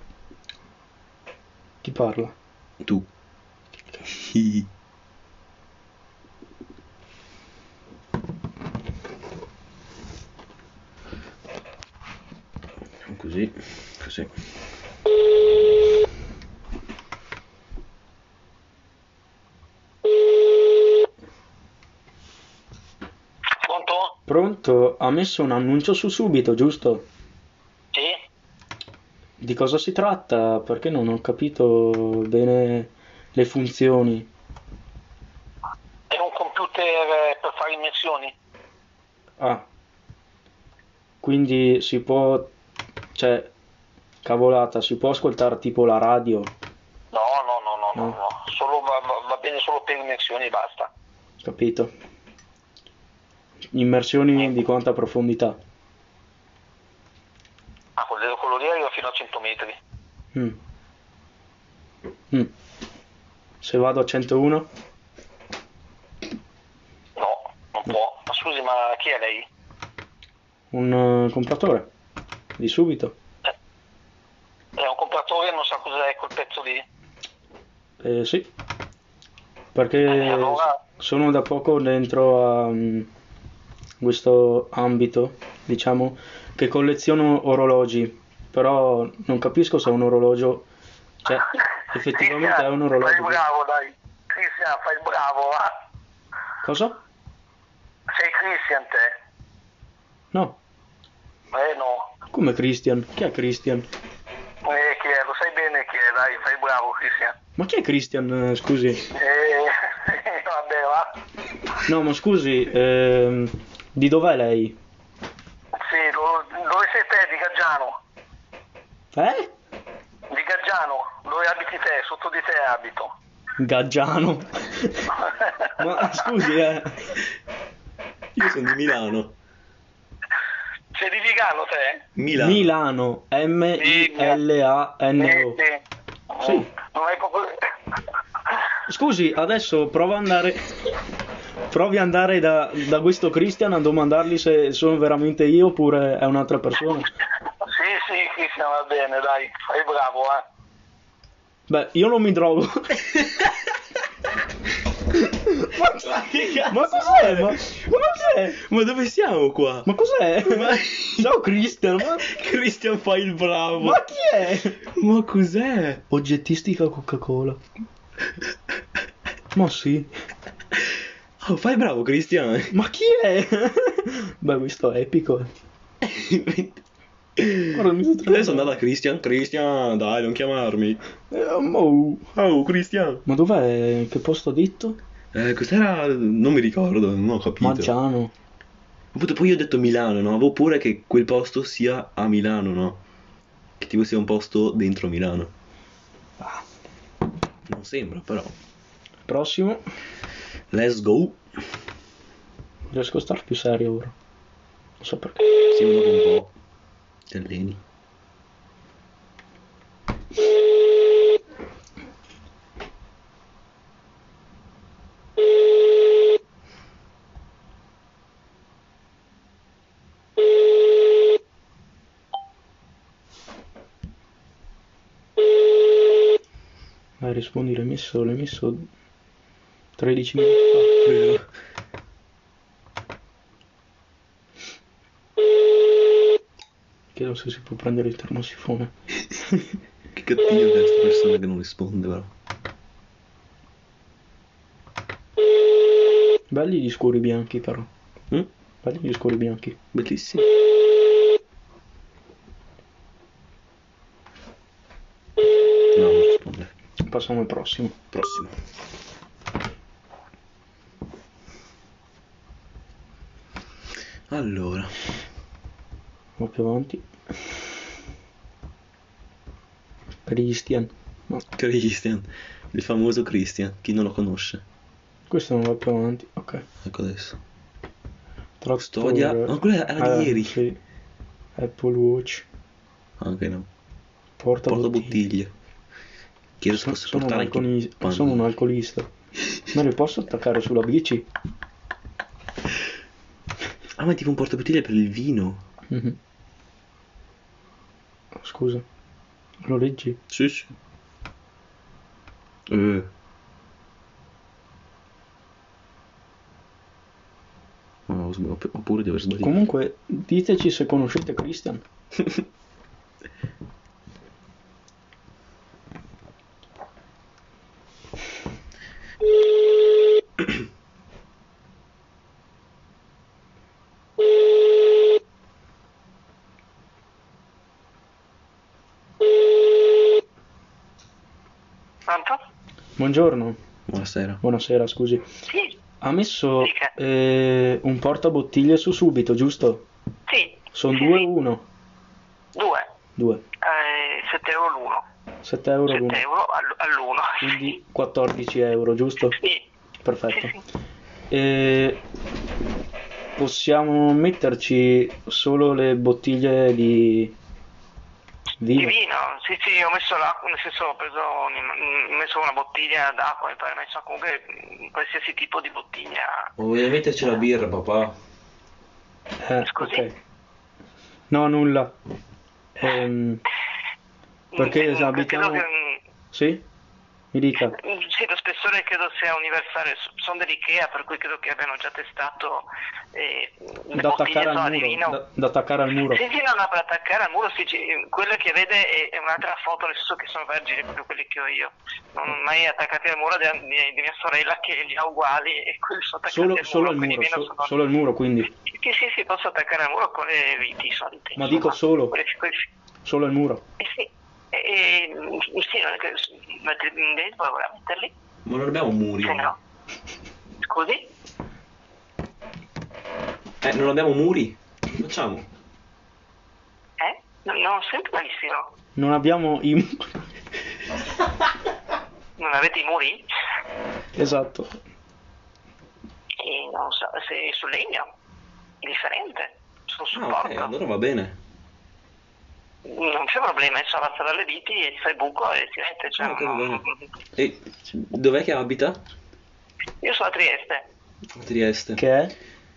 Speaker 2: Chi parla?
Speaker 1: Tu. Così.
Speaker 3: Pronto?
Speaker 2: Pronto? Ha messo un annuncio su subito, giusto?
Speaker 3: Sì?
Speaker 2: Di cosa si tratta? Perché non ho capito bene le funzioni.
Speaker 3: È un computer per fare immersioni.
Speaker 2: Ah, quindi si può, cioè, cavolata, si può ascoltare tipo la radio?
Speaker 3: No. Solo, va bene solo per immersioni e basta.
Speaker 2: Capito? Immersioni di quanta profondità?
Speaker 3: Ah, quello lì arriva fino a 100 metri.
Speaker 2: Mm. Mm. Se vado a 101?
Speaker 3: No, non può. Ma scusi, ma chi è lei?
Speaker 2: Un compratore? Di subito?
Speaker 3: È un compratore e non sa cos'è quel pezzo lì?
Speaker 2: Sì, perché
Speaker 3: Allora,
Speaker 2: sono da poco dentro a questo ambito, diciamo, che colleziono orologi, però non capisco se è un orologio, cioè effettivamente è un
Speaker 3: Fai
Speaker 2: orologio.
Speaker 3: il bravo, dai. Cristian, fai il bravo, va.
Speaker 2: Cosa?
Speaker 3: Sei Christian te?
Speaker 2: No,
Speaker 3: No.
Speaker 2: come Christian? Chi è Christian?
Speaker 3: Chi è? Lo sai bene chi è, dai, fai il bravo, Christian.
Speaker 2: Ma chi è Christian, scusi?
Speaker 3: Vabbè, va.
Speaker 2: No, ma scusi, di dov'è lei?
Speaker 3: Sì, dove sei te? Di Gaggiano.
Speaker 2: Eh?
Speaker 3: Di Gaggiano, dove abiti te? Sotto di te abito.
Speaker 2: Gaggiano. Ma scusi,
Speaker 1: Io sono di Milano.
Speaker 3: Sei di Vigano te?
Speaker 1: Milano.
Speaker 2: Milano, M-I-L-A-N-O. Sì.
Speaker 3: Non hai proprio...
Speaker 2: Scusi, adesso provi ad andare da questo Christian a domandargli se sono veramente io oppure è un'altra persona.
Speaker 3: Sì, Cristian, va bene, dai, fai bravo,
Speaker 2: Beh, io non mi drogo. Ma cos'è? Ma cos'è?
Speaker 1: Ma dove siamo qua?
Speaker 2: Ma cos'è? Ciao Christian, ma
Speaker 1: Christian fai il bravo.
Speaker 2: ma chi è?
Speaker 1: Ma cos'è?
Speaker 2: Oggettistica Coca-Cola. Ma sì.
Speaker 1: Oh, fai il bravo Christian.
Speaker 2: Ma chi è? Beh, questo è epico. Guarda, mi sto
Speaker 1: Adesso andata Christian, dai, non chiamarmi. Oh, Christian.
Speaker 2: Ma dov'è? Che posto ha detto?
Speaker 1: Cos'era? Non mi ricordo, non ho capito.
Speaker 2: Maggiano.
Speaker 1: Appunto, poi io ho detto Milano, no? Avevo pure che quel posto sia a Milano, no? Che tipo sia un posto dentro Milano. Non sembra, però.
Speaker 2: Prossimo.
Speaker 1: Let's go.
Speaker 2: Riesco a star più serio ora. Non so perché.
Speaker 1: Sembra un po'. Ti alleni.
Speaker 2: Rispondi, l'hai messo 13 minuti fa.
Speaker 1: Vero.
Speaker 2: Chiedo se si può prendere il termosifone.
Speaker 1: Che cattivo questa persona che non risponde, però.
Speaker 2: Belli gli scuri bianchi però.
Speaker 1: Mm?
Speaker 2: Belli gli scuri bianchi.
Speaker 1: Bellissimo. No, non risponde.
Speaker 2: Passiamo al prossimo.
Speaker 1: Prossimo. Allora.
Speaker 2: Va più avanti. Christian. No,
Speaker 1: Christian. Il famoso Christian. Chi non lo conosce?
Speaker 2: questo non va più avanti. Ok.
Speaker 1: Ecco adesso.
Speaker 2: Trattore.
Speaker 1: Custodia. Ma quella era di ieri.
Speaker 2: Sì. Apple Watch.
Speaker 1: Anche no.
Speaker 2: Portabottiglie.
Speaker 1: Portabottiglie. Chiedo se posso
Speaker 2: Sono un
Speaker 1: portare anche un panno.
Speaker 2: sono un alcolista. Me le posso attaccare sulla bici?
Speaker 1: Ah, ma è tipo un portabottiglie per il vino.
Speaker 2: Mhm. Scusa. Lo leggi?
Speaker 1: Sì, sì. Ma oppure di aver sbagliato.
Speaker 2: Comunque, diteci se conoscete Christian. Buongiorno.
Speaker 1: Buonasera.
Speaker 2: Buonasera, scusi.
Speaker 3: Sì,
Speaker 2: Ha messo
Speaker 3: Dica.
Speaker 2: un portabottiglie su Subito, giusto?
Speaker 3: sì.
Speaker 2: Sono
Speaker 3: Sì,
Speaker 2: 2
Speaker 3: sì.
Speaker 2: o 1?
Speaker 3: 2.
Speaker 2: 2.
Speaker 3: 7 euro l'uno.
Speaker 2: 7 euro
Speaker 3: 7
Speaker 2: l'uno.
Speaker 3: euro all'uno.
Speaker 2: Quindi 14 euro, giusto?
Speaker 3: Sì.
Speaker 2: Perfetto.
Speaker 3: Sì, sì.
Speaker 2: E possiamo metterci solo le bottiglie di
Speaker 3: Di
Speaker 2: vino?
Speaker 3: vino? Sì, sì, ho messo l'acqua, nel senso ho messo una bottiglia d'acqua, mi pare, messo comunque qualsiasi tipo di bottiglia.
Speaker 1: Voglio metterci la birra, papà.
Speaker 3: Scusi?
Speaker 2: Ok. No, nulla. Perché
Speaker 3: Credo
Speaker 2: abitiamo...
Speaker 3: che,
Speaker 2: Sì? Mi dica.
Speaker 3: sì, lo spessore credo sia universale, sono dell'Ikea, per cui credo che abbiano già testato le
Speaker 2: Da
Speaker 3: bottiglie
Speaker 2: attaccare al
Speaker 3: di
Speaker 2: muro.
Speaker 3: vino.
Speaker 2: Da attaccare al muro.
Speaker 3: Sì, sì, no, no, per attaccare al muro, sì, quelle che vede è un'altra foto, nel senso che sono vergini, proprio quelle che ho io. Non mai attaccati al muro di mia sorella che li ha uguali e quelli sono attaccati
Speaker 2: Solo
Speaker 3: al
Speaker 2: al
Speaker 3: quindi
Speaker 2: muro,
Speaker 3: meno sono...
Speaker 2: solo al muro, quindi.
Speaker 3: Sì, sì, sì, posso attaccare al muro con le viti solite.
Speaker 2: Ma
Speaker 3: insomma.
Speaker 2: dico solo. Solo al muro.
Speaker 3: Sì, sì, non è che voleva metterli?
Speaker 1: Ma non abbiamo muri.
Speaker 3: Se no. Scusi?
Speaker 1: Non abbiamo muri? Che facciamo?
Speaker 3: Non sento malissimo.
Speaker 2: Non abbiamo i...
Speaker 3: Non avete i muri?
Speaker 2: Esatto.
Speaker 3: Non so, se sul legno? Differente? Sul
Speaker 1: Ah,
Speaker 3: supporto?
Speaker 1: ok, allora va bene.
Speaker 3: Non c'è problema, insomma, alza dalle viti e ti fai il buco e ti mette. Cioè,
Speaker 1: Ah, ok, va bene. E dov'è che abita?
Speaker 3: Io sono a Trieste.
Speaker 1: A Trieste.
Speaker 2: Che è?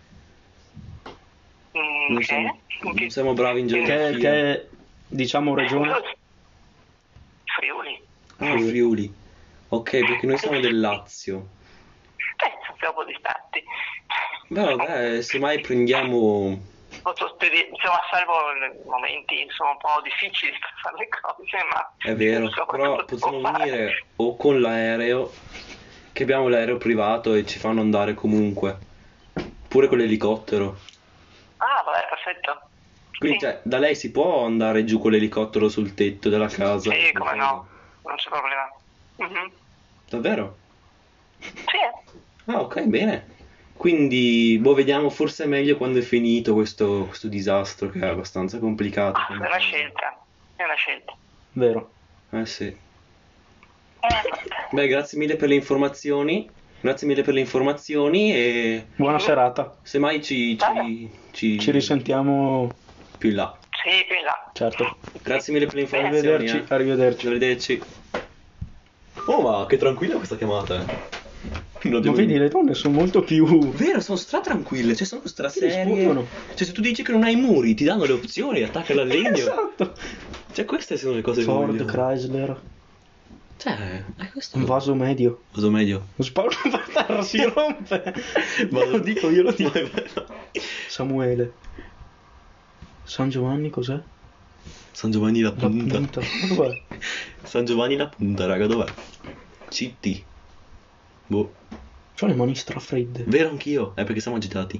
Speaker 1: Non siamo bravi in geografia.
Speaker 2: Che è, diciamo, regione?
Speaker 3: Friuli.
Speaker 1: Ah, Friuli. Ok, perché noi siamo del Lazio.
Speaker 3: Siamo un po' distanti.
Speaker 1: Beh, vabbè, semmai prendiamo...
Speaker 3: Siamo a salvo in momenti insomma un po' difficili per fare le cose, ma...
Speaker 1: È vero,
Speaker 3: insomma,
Speaker 1: però
Speaker 3: cosa
Speaker 1: possiamo
Speaker 3: può fare?
Speaker 1: venire o con l'aereo, che abbiamo l'aereo privato e ci fanno andare comunque, oppure con l'elicottero.
Speaker 3: Ah, vabbè, perfetto.
Speaker 1: Quindi,
Speaker 3: Sì.
Speaker 1: cioè, da lei si può andare giù con l'elicottero sul tetto della casa?
Speaker 3: Sì, come no, non c'è problema. Mhm.
Speaker 1: Davvero?
Speaker 3: Sì,
Speaker 1: Ah, ok, bene. Quindi, vediamo, forse è meglio quando è finito questo disastro che è abbastanza complicato.
Speaker 3: è una scelta, è una scelta.
Speaker 2: Vero.
Speaker 1: Eh sì.
Speaker 3: Vabbè.
Speaker 1: Beh, grazie mille per le informazioni. Grazie mille per le informazioni e
Speaker 2: Buona serata.
Speaker 1: semmai ci
Speaker 2: Ci risentiamo.
Speaker 1: più in là.
Speaker 3: Sì, più in là.
Speaker 2: Certo.
Speaker 1: Grazie mille per le informazioni.
Speaker 2: Arrivederci. Arrivederci.
Speaker 1: Arrivederci. Oh, ma che tranquilla questa chiamata, eh. Non
Speaker 2: Ma
Speaker 1: devo-
Speaker 2: vedi, le donne sono molto più...
Speaker 1: Vero, sono tranquille, cioè sono
Speaker 2: rispondono.
Speaker 1: serie. Cioè, se tu dici che non hai muri, ti danno le opzioni, attaccala al legno.
Speaker 2: Esatto.
Speaker 1: Cioè, queste sono le cose che
Speaker 2: Ford,
Speaker 1: voglio.
Speaker 2: Chrysler,
Speaker 1: Cioè, questo
Speaker 2: un vaso medio.
Speaker 1: Vaso medio.
Speaker 2: Lo sparo per terra, si rompe.
Speaker 1: Ma
Speaker 2: Lo dico, io lo dico.
Speaker 1: Ma è vero.
Speaker 2: Samuele. San Giovanni cos'è?
Speaker 1: San Giovanni la
Speaker 2: La
Speaker 1: punta.
Speaker 2: punta. Ma dov'è?
Speaker 1: San Giovanni la punta, raga, dov'è? CT. Boh.
Speaker 2: C'ho le mani strafredde.
Speaker 1: Vero anch'io, è perché siamo agitati.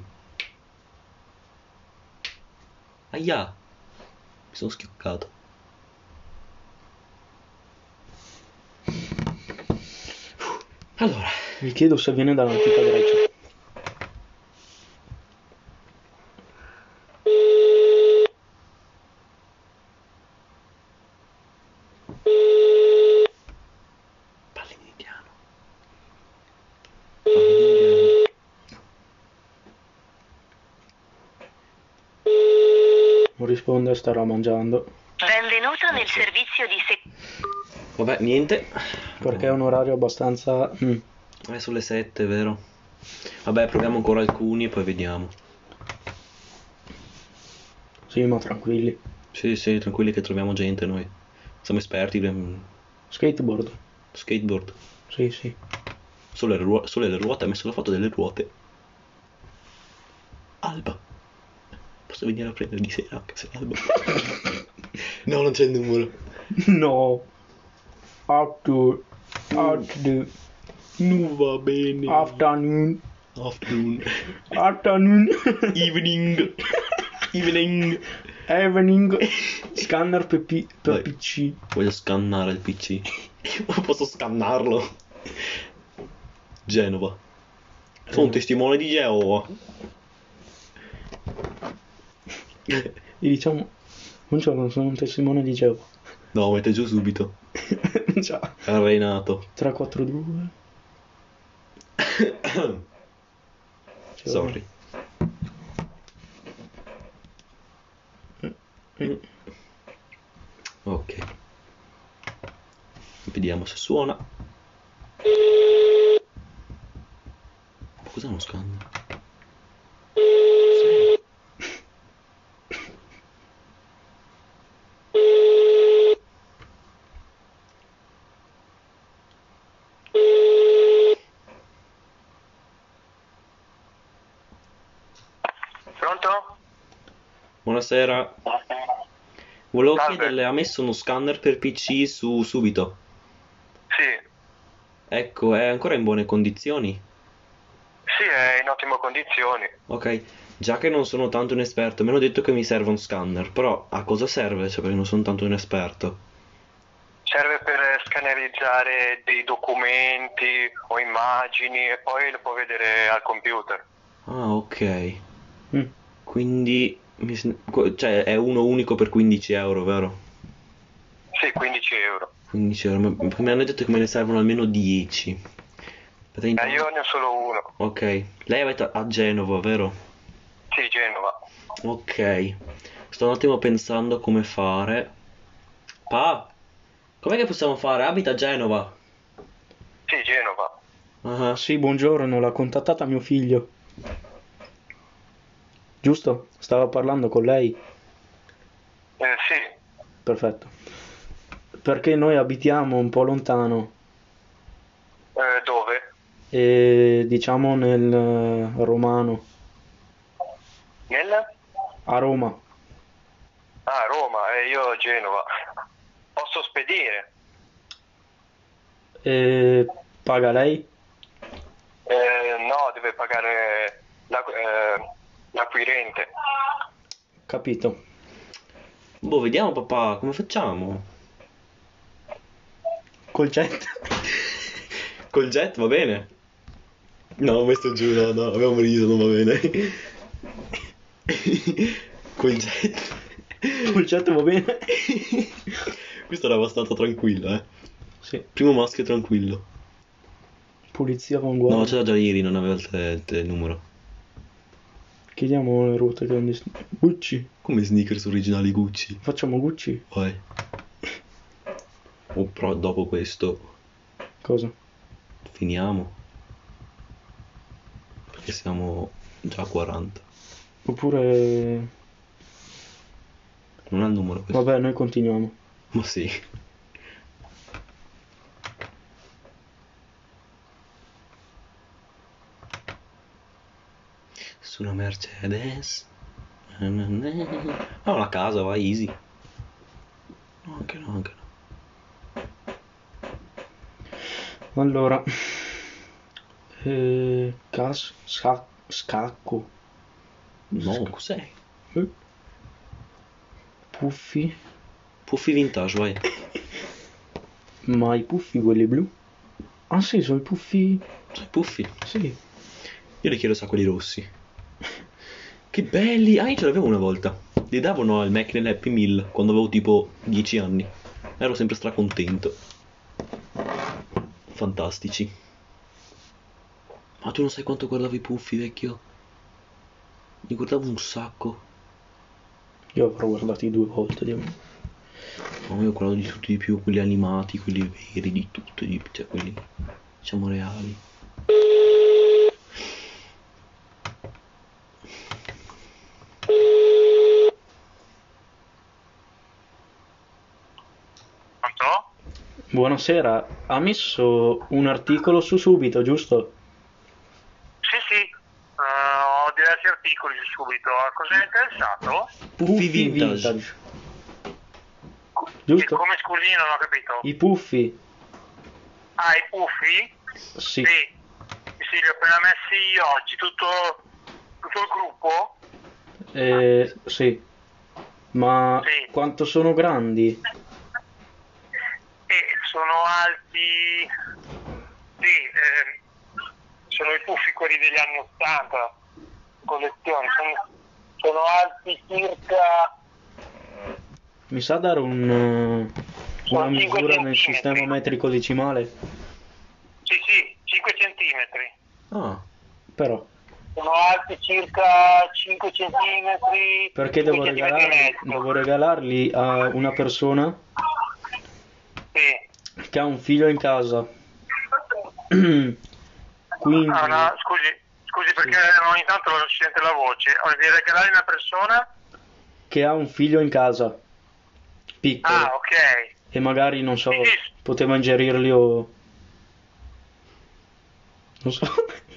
Speaker 1: Aia. Mi sono schioccato. Allora,
Speaker 2: Mi chiedo se viene dall'antica Grecia.
Speaker 1: parli in indiano. Parli in indiano.
Speaker 2: Non risponde, starà mangiando.
Speaker 4: Benvenuto nel servizio di
Speaker 1: Vabbè, niente.
Speaker 2: Perché è un orario abbastanza...
Speaker 1: Sono le 7, vero? Vabbè, proviamo ancora alcuni e poi vediamo.
Speaker 2: Sì, ma tranquilli.
Speaker 1: Sì, sì, tranquilli che troviamo gente noi. Siamo esperti di
Speaker 2: Skateboard.
Speaker 1: skateboard.
Speaker 2: Sì, sì.
Speaker 1: Solo le ruote, ha messo la foto delle ruote. Alba. Posso venire a prendere di sera anche se è Alba. No, non c'è il numero.
Speaker 2: No. Afternoon.
Speaker 1: Non va bene.
Speaker 2: Afternoon.
Speaker 1: Afternoon.
Speaker 2: Afternoon.
Speaker 1: Evening. Evening.
Speaker 2: Evening. Scanner per
Speaker 1: Vai.
Speaker 2: PC.
Speaker 1: Voglio scannare il PC. Posso scannarlo? Genova. Sono un testimone di Geova.
Speaker 2: Gli diciamo, buongiorno, sono un testimone di Geova.
Speaker 1: No, mette giù subito.
Speaker 2: Ciao.
Speaker 1: Renato.
Speaker 2: 342.
Speaker 1: Sorry. Ok. Vediamo se suona. Cos'è uno scanner? Sì.
Speaker 3: Pronto?
Speaker 1: Buonasera. Volevo
Speaker 3: Salve.
Speaker 1: chiederle, ha messo uno scanner per PC su Subito?
Speaker 3: Sì.
Speaker 1: Ecco, è ancora in buone condizioni?
Speaker 3: Sì, è in ottime condizioni.
Speaker 1: Ok, già che non sono tanto un esperto, mi hanno detto che mi serve un scanner, però a cosa serve? Cioè, perché non sono tanto un esperto.
Speaker 3: Serve per scannerizzare dei documenti o immagini e poi lo può vedere al computer.
Speaker 1: Ah, ok.
Speaker 2: Mm.
Speaker 1: Quindi, cioè, è uno unico per 15 euro, vero?
Speaker 3: Sì, 15 euro.
Speaker 1: 15 euro, perché mi hanno detto che me ne servono almeno 10. Aspetta,
Speaker 3: Io ne ho solo uno.
Speaker 1: Ok, lei abita a Genova, vero?
Speaker 3: Sì, Genova.
Speaker 1: Ok, sto un attimo pensando come fare. Pa, com'è che possiamo fare? Abita a Genova.
Speaker 3: Sì, Genova.
Speaker 1: Ah,
Speaker 2: Sì, buongiorno, l'ha contattata mio figlio. Giusto? Stava parlando con lei?
Speaker 3: Sì.
Speaker 2: Perfetto. Perché noi abitiamo un po' lontano,
Speaker 3: Dove?
Speaker 2: e diciamo nel romano,
Speaker 3: Nel?
Speaker 2: a Roma.
Speaker 3: Ah, Roma, e io a Genova. Posso spedire?
Speaker 2: E paga lei?
Speaker 3: No, deve pagare l'acquirente.
Speaker 2: Capito.
Speaker 1: boh, vediamo papà, come facciamo?
Speaker 2: Col jet?
Speaker 1: Col jet va bene? No, ho messo giù, no, abbiamo riso, non va bene. Col jet.
Speaker 2: Col jet va bene?
Speaker 1: Questo era abbastanza tranquillo, eh.
Speaker 2: Sì.
Speaker 1: Primo maschio tranquillo.
Speaker 2: Pulizia con
Speaker 1: No,
Speaker 2: guardia.
Speaker 1: c'era già ieri, non aveva il numero.
Speaker 2: Chiediamo le ruote grandi. Gucci.
Speaker 1: Come sneakers originali Gucci.
Speaker 2: Facciamo Gucci?
Speaker 1: Vai. Oh, però dopo questo
Speaker 2: Cosa?
Speaker 1: finiamo. Perché siamo già a 40.
Speaker 2: Oppure...
Speaker 1: Non ha il numero questo.
Speaker 2: Vabbè, noi continuiamo.
Speaker 1: Ma sì. Su una Mercedes. Ah, una casa, vai, easy. No, anche no, anche no.
Speaker 2: Allora... Scacco.
Speaker 1: No, cos'è?
Speaker 2: Puffi.
Speaker 1: Puffi vintage, vai.
Speaker 2: Ma i puffi quelli blu? Ah sì, sono i puffi...
Speaker 1: Sono i puffi.
Speaker 2: Sì.
Speaker 1: Io li chiedo sa quelli rossi. Che belli! Ah, io ce l'avevo una volta. Li davano al Mac nell'Happy Meal quando avevo tipo 10 anni. Ero sempre stracontento. Fantastici. Ma tu non sai quanto guardavo i puffi, vecchio? Li guardavo un sacco.
Speaker 2: Io avrò guardati 2 volte,
Speaker 1: No, io ho guardato di tutto di più, quelli animati, quelli veri, di tutto, cioè quelli, diciamo, reali.
Speaker 3: Pronto?
Speaker 2: Buonasera, ha messo un articolo su Subito, giusto?
Speaker 3: Sì, ho diversi articoli subito. A cosa è interessato?
Speaker 1: Puffi vintage.
Speaker 2: Giusto?
Speaker 3: Come scusi, non ho capito.
Speaker 2: I puffi?
Speaker 3: Ah, i puffi?
Speaker 2: Sì.
Speaker 3: Sì, li ho appena messi oggi. Tutto il gruppo?
Speaker 2: Sì. Ma
Speaker 3: Sì.
Speaker 2: quanto sono grandi?
Speaker 3: E sono alti... Sì, quelli degli anni 80, collezioni, sono alti circa...
Speaker 2: Mi sa dare una
Speaker 3: Sono 5
Speaker 2: misura nel
Speaker 3: centimetri.
Speaker 2: sistema metrico decimale?
Speaker 3: Sì, 5 centimetri.
Speaker 1: Ah,
Speaker 2: Però,
Speaker 3: Sono alti circa 5 centimetri.
Speaker 2: perché
Speaker 3: 5 centimetri e mezzo.
Speaker 2: devo regalarli a una persona
Speaker 3: Sì.
Speaker 2: che ha un figlio in casa. Quindi,
Speaker 3: Ah, no, scusi perché ogni tanto lo si sente la voce. Devi regalare una persona?
Speaker 2: che ha un figlio in casa, piccolo,
Speaker 3: Ah, ok.
Speaker 2: e magari, non so,
Speaker 3: Sì.
Speaker 2: poteva ingerirli o... non so.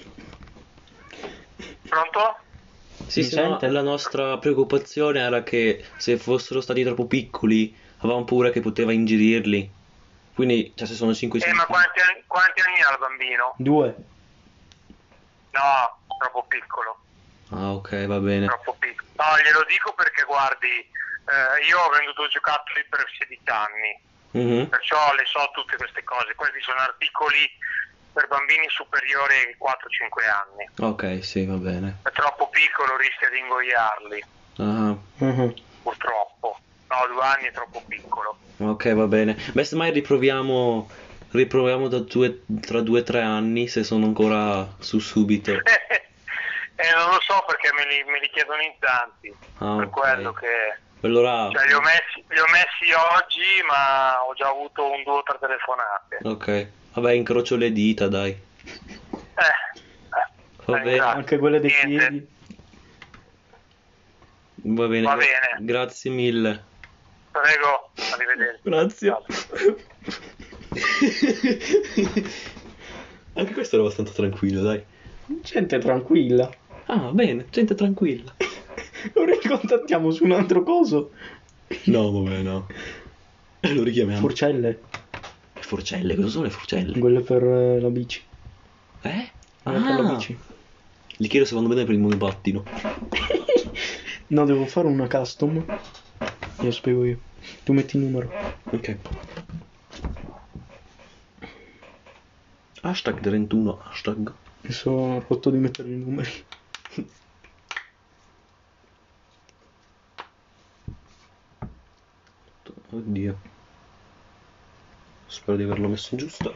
Speaker 3: Pronto?
Speaker 1: sì,
Speaker 2: Mi
Speaker 1: sì, no,
Speaker 2: sente?
Speaker 1: la nostra preoccupazione era che se fossero stati troppo piccoli, avevamo paura che poteva ingerirli. Quindi, cioè, se sono 5
Speaker 3: Ma
Speaker 1: centimetri.
Speaker 3: quanti anni ha il bambino?
Speaker 2: 2.
Speaker 3: No, troppo piccolo.
Speaker 1: Ah, ok, va bene.
Speaker 3: Troppo piccolo. No, glielo dico perché guardi, io ho venduto giocattoli per 16 anni,
Speaker 1: Mhm.
Speaker 3: perciò le so tutte queste cose. Questi sono articoli per bambini superiori ai 4-5 anni.
Speaker 1: Ok, sì, va bene.
Speaker 3: È troppo piccolo, rischia di ingoiarli,
Speaker 1: Ah,
Speaker 2: Mhm.
Speaker 3: purtroppo. No, 2 anni è troppo piccolo.
Speaker 1: ok, va bene. Beh, semmai riproviamo tra 2 o 3 anni se sono ancora su subito.
Speaker 3: Non lo so perché me li chiedono in tanti,
Speaker 1: Ah,
Speaker 3: per
Speaker 1: ok.
Speaker 3: quello che...
Speaker 1: Allora,
Speaker 3: Cioè, li ho messi oggi, ma ho già avuto 2 o 3 telefonate.
Speaker 1: ok. Vabbè, incrocio le dita, dai. Va bene.
Speaker 3: Esatto.
Speaker 2: Anche quelle dei
Speaker 3: Niente.
Speaker 2: piedi.
Speaker 1: Va bene.
Speaker 3: Va bene.
Speaker 1: Grazie mille.
Speaker 3: Prego, arrivederci.
Speaker 1: Grazie. Anche questo era abbastanza tranquillo, dai.
Speaker 2: Gente tranquilla.
Speaker 1: Ah, bene, gente tranquilla.
Speaker 2: Lo ricontattiamo su un altro coso.
Speaker 1: No, vabbè, no. Lo richiamiamo.
Speaker 2: Forcelle,
Speaker 1: Forcelle, cosa sono le forcelle?
Speaker 2: quelle per la bici.
Speaker 1: Eh?
Speaker 2: Quelle per la bici.
Speaker 1: Gli chiedo se vanno bene per il monopattino.
Speaker 2: No, devo fare una custom. Io spiego io. Tu metti il numero.
Speaker 1: Ok. Hashtag 31, hashtag.
Speaker 2: Mi sono rotto di mettere i numeri.
Speaker 1: Oddio. Spero di averlo messo giusto.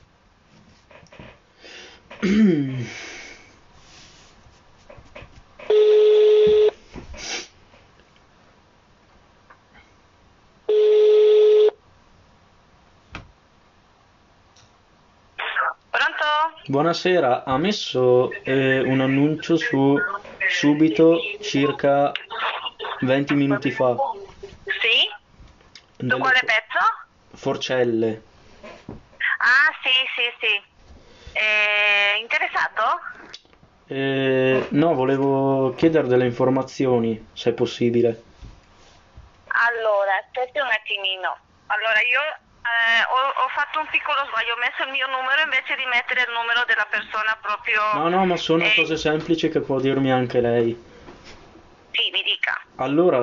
Speaker 3: Pronto?
Speaker 2: Buonasera, ha messo un annuncio su Subito circa 20 minuti fa.
Speaker 3: Sì? Su
Speaker 2: Delle
Speaker 3: quale pezzo?
Speaker 2: forcelle.
Speaker 3: Ah, sì. Interessato?
Speaker 2: No, volevo chiedere delle informazioni, se è possibile.
Speaker 3: Allora, aspetti un attimino. Allora, io ho fatto un piccolo sbaglio, ho messo il mio numero invece di mettere il numero della persona proprio...
Speaker 2: No, ma sono cose semplici che può dirmi anche lei.
Speaker 3: Sì, mi dica.
Speaker 2: Allora,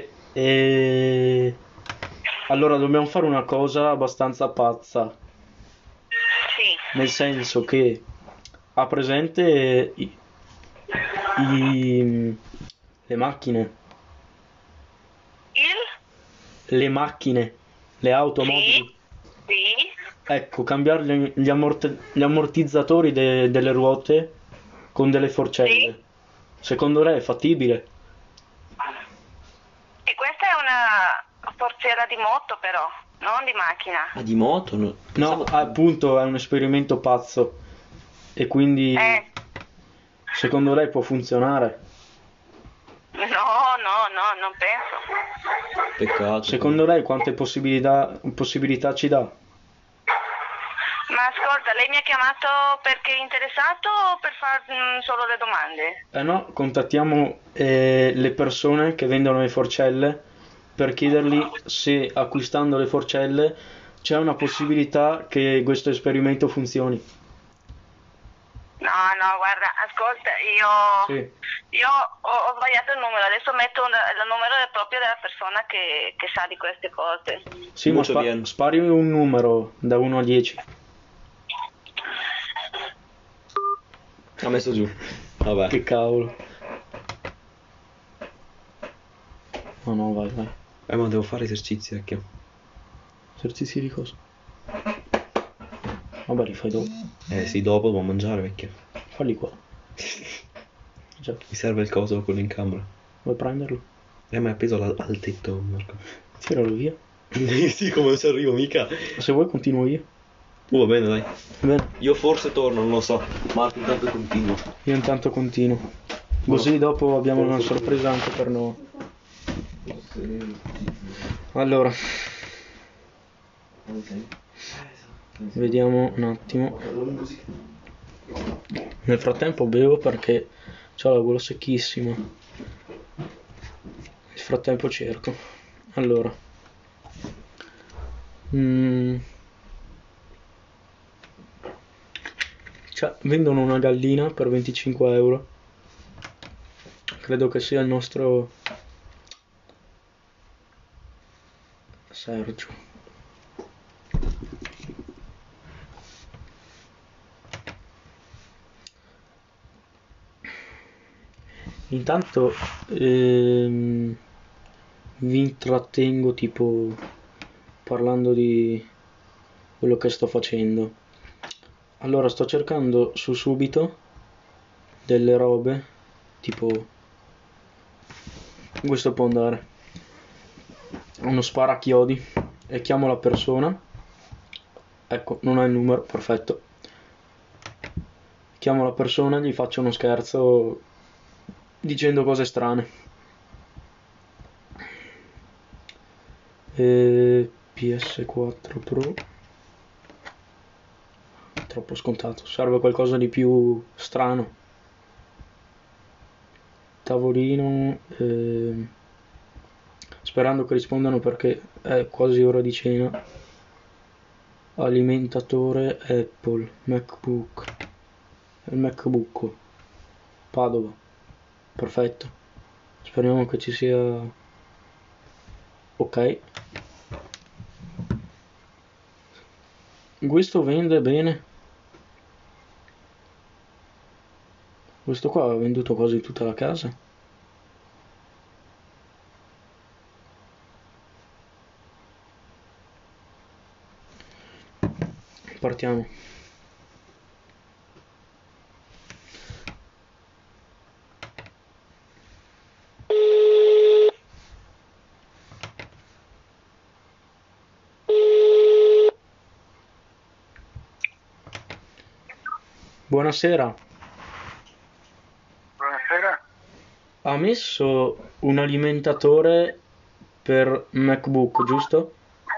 Speaker 2: allora dobbiamo fare una cosa abbastanza pazza,
Speaker 3: Sì.
Speaker 2: nel senso che ha presente le macchine,
Speaker 3: Il?
Speaker 2: le automobili.
Speaker 3: Sì.
Speaker 2: Ecco, cambiare gli ammortizzatori delle ruote con delle forcelle.
Speaker 3: Sì.
Speaker 2: Secondo lei è fattibile?
Speaker 3: E questa è una forziera di moto però, non di macchina.
Speaker 1: Ah, di moto? No,
Speaker 2: No,
Speaker 1: pensavo-
Speaker 2: appunto è un esperimento pazzo e quindi secondo lei può funzionare?
Speaker 3: No, non penso.
Speaker 1: Peccato.
Speaker 2: Secondo lei quante possibilità ci dà?
Speaker 3: Ma ascolta, lei mi ha chiamato perché è interessato o per far solo le domande?
Speaker 2: No, contattiamo le persone che vendono le forcelle per chiedergli se acquistando le forcelle c'è una possibilità che questo esperimento funzioni.
Speaker 3: No, guarda, ascolta,
Speaker 2: Sì.
Speaker 3: io ho sbagliato il numero, adesso metto il numero proprio della persona che sa di queste cose.
Speaker 2: Sì, ma
Speaker 1: Molto bien.
Speaker 2: spari un numero da 1 a 10.
Speaker 1: Ha messo giù. Vabbè.
Speaker 2: Che cavolo. No, vai.
Speaker 1: Ma devo fare esercizi, vecchio.
Speaker 2: Esercizi di cosa? Vabbè, li fai dopo.
Speaker 1: Sì, dopo devo mangiare, vecchio.
Speaker 2: Falli qua. Già,
Speaker 1: Mi serve il coso, quello in camera.
Speaker 2: vuoi prenderlo?
Speaker 1: Ma è appeso al tetto, Marco.
Speaker 2: Tiralo via.
Speaker 1: Sì, come non ci arrivo mica.
Speaker 2: Se vuoi continuo io.
Speaker 1: Va bene, dai.
Speaker 2: Bene,
Speaker 1: Io forse torno, non lo so. Marco intanto continuo.
Speaker 2: io intanto continuo. Così dopo abbiamo una sorpresa anche per noi. Allora, vediamo un attimo. Nel frattempo bevo perché ho la gola secchissima. Nel frattempo cerco. Allora. Cioè, vendono una gallina per 25 euro. Credo che sia il nostro Sergio. Intanto vi intrattengo tipo parlando di quello che sto facendo. Allora sto cercando su Subito delle robe tipo questo può andare, uno sparachiodi, e chiamo la persona. Ecco, non ha il numero, perfetto. Chiamo la persona, gli faccio uno scherzo dicendo cose strane. PS4 Pro, troppo scontato, serve qualcosa di più strano. Tavolino, sperando che rispondano perché è quasi ora di cena. Alimentatore Apple, MacBook, il MacBook Padova, perfetto, speriamo che ci sia ok. Questo vende bene, questo qua ha venduto quasi tutta la casa. Partiamo. Buonasera.
Speaker 3: Buonasera.
Speaker 2: Ha messo un alimentatore per MacBook, giusto?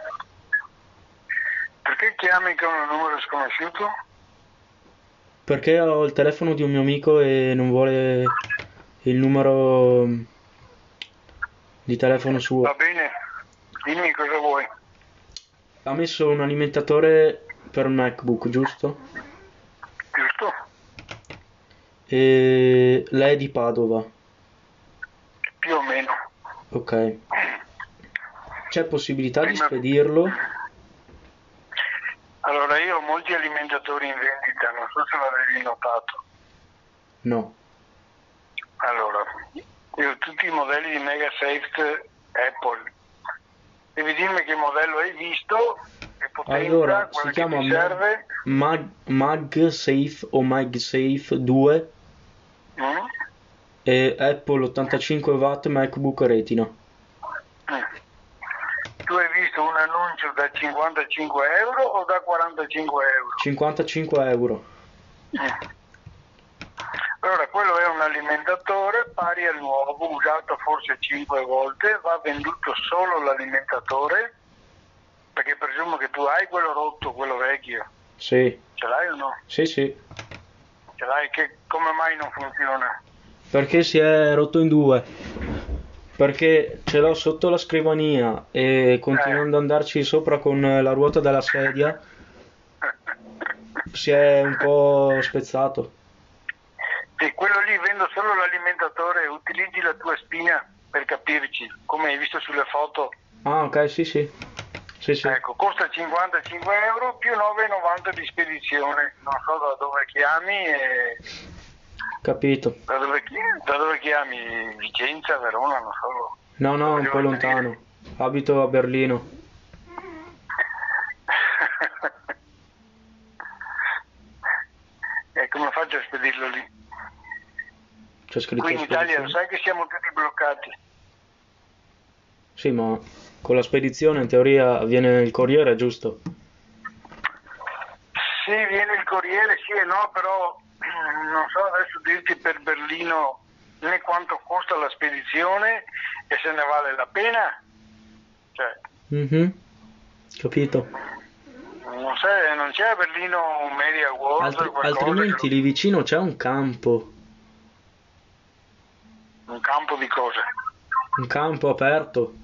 Speaker 3: Perché chiami con un numero sconosciuto?
Speaker 2: Perché ho il telefono di un mio amico e non vuole il numero di telefono suo.
Speaker 3: Va bene, dimmi cosa vuoi.
Speaker 2: Ha messo un alimentatore per MacBook, giusto?
Speaker 3: Giusto?
Speaker 2: E lei è di Padova.
Speaker 3: Più o meno.
Speaker 2: Ok. C'è possibilità di
Speaker 3: Prima-
Speaker 2: spedirlo?
Speaker 3: Allora, io ho molti alimentatori in vendita, non so se l'avevi notato.
Speaker 2: No.
Speaker 3: Allora, io ho tutti i modelli di MegaSafe Apple. Devi dirmi che modello hai visto, che potenza,
Speaker 2: Allora,
Speaker 3: quella
Speaker 2: si
Speaker 3: che
Speaker 2: chiama
Speaker 3: ti serve.
Speaker 2: MagSafe o MagSafe 2
Speaker 3: Mm?
Speaker 2: e Apple 85 watt MacBook Retina.
Speaker 3: Tu hai visto un annuncio da 55 euro o da 45 euro?
Speaker 2: 55 euro.
Speaker 3: Allora, quello è un alimentatore pari al nuovo, usato forse 5 volte, va venduto solo l'alimentatore, perché presumo che tu hai quello rotto, quello vecchio.
Speaker 2: Sì,
Speaker 3: Ce l'hai o no?
Speaker 2: sì, sì.
Speaker 3: Ce l'hai, che come mai non funziona?
Speaker 2: Perché si è rotto in due. Perché ce l'ho sotto la scrivania e continuando ad andarci sopra con la ruota della sedia si è un po' spezzato.
Speaker 3: E quello lì vendo solo l'alimentatore, utilizzi la tua spina per capirci, come hai visto sulle foto.
Speaker 2: Ah, ok, sì, sì. Sì, sì.
Speaker 3: Ecco, costa 55 euro più 9,90 di spedizione. Non so da dove chiami
Speaker 2: Capito.
Speaker 3: Da dove chiami? Vicenza, Verona, non so.
Speaker 2: No, un po' lontano. Abito a Berlino.
Speaker 3: E come faccio a spedirlo lì?
Speaker 2: C'è scritto
Speaker 3: Qui in Italia
Speaker 2: spedizione.
Speaker 3: lo sai che siamo tutti bloccati.
Speaker 2: Sì, ma con la spedizione in teoria viene il corriere, giusto?
Speaker 3: Sì, viene il corriere, sì e no, però non so adesso dirti per Berlino né quanto costa la spedizione e se ne vale la pena. Cioè,
Speaker 2: Mhm. Capito.
Speaker 3: non c'è a Berlino un Media World o qualcosa,
Speaker 2: Altrimenti lì vicino c'è un campo.
Speaker 3: un campo di cose.
Speaker 2: Un campo aperto.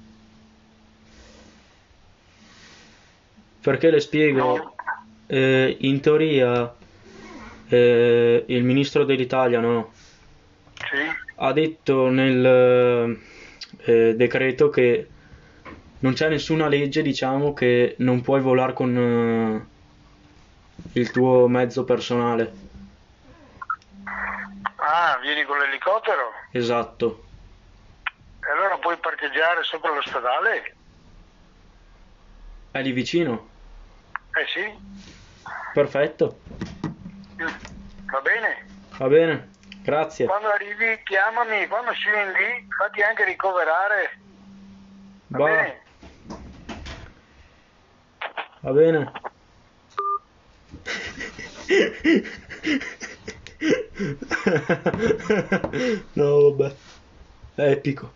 Speaker 2: Perché le spiego?
Speaker 3: No?
Speaker 2: In teoria il ministro dell'Italia, no?
Speaker 3: Sì?
Speaker 2: Ha detto nel decreto che non c'è nessuna legge, diciamo, che non puoi volare con il tuo mezzo personale.
Speaker 3: Ah, vieni con l'elicottero?
Speaker 2: Esatto.
Speaker 3: E allora puoi parcheggiare sopra l'ospedale?
Speaker 2: È lì vicino?
Speaker 3: Eh sì.
Speaker 2: Perfetto.
Speaker 3: Va bene?
Speaker 2: Va bene. Grazie.
Speaker 3: Quando arrivi chiamami, quando scendi lì fatti anche ricoverare. Va
Speaker 2: Va.
Speaker 3: bene?
Speaker 2: Va bene. No, vabbè. È epico.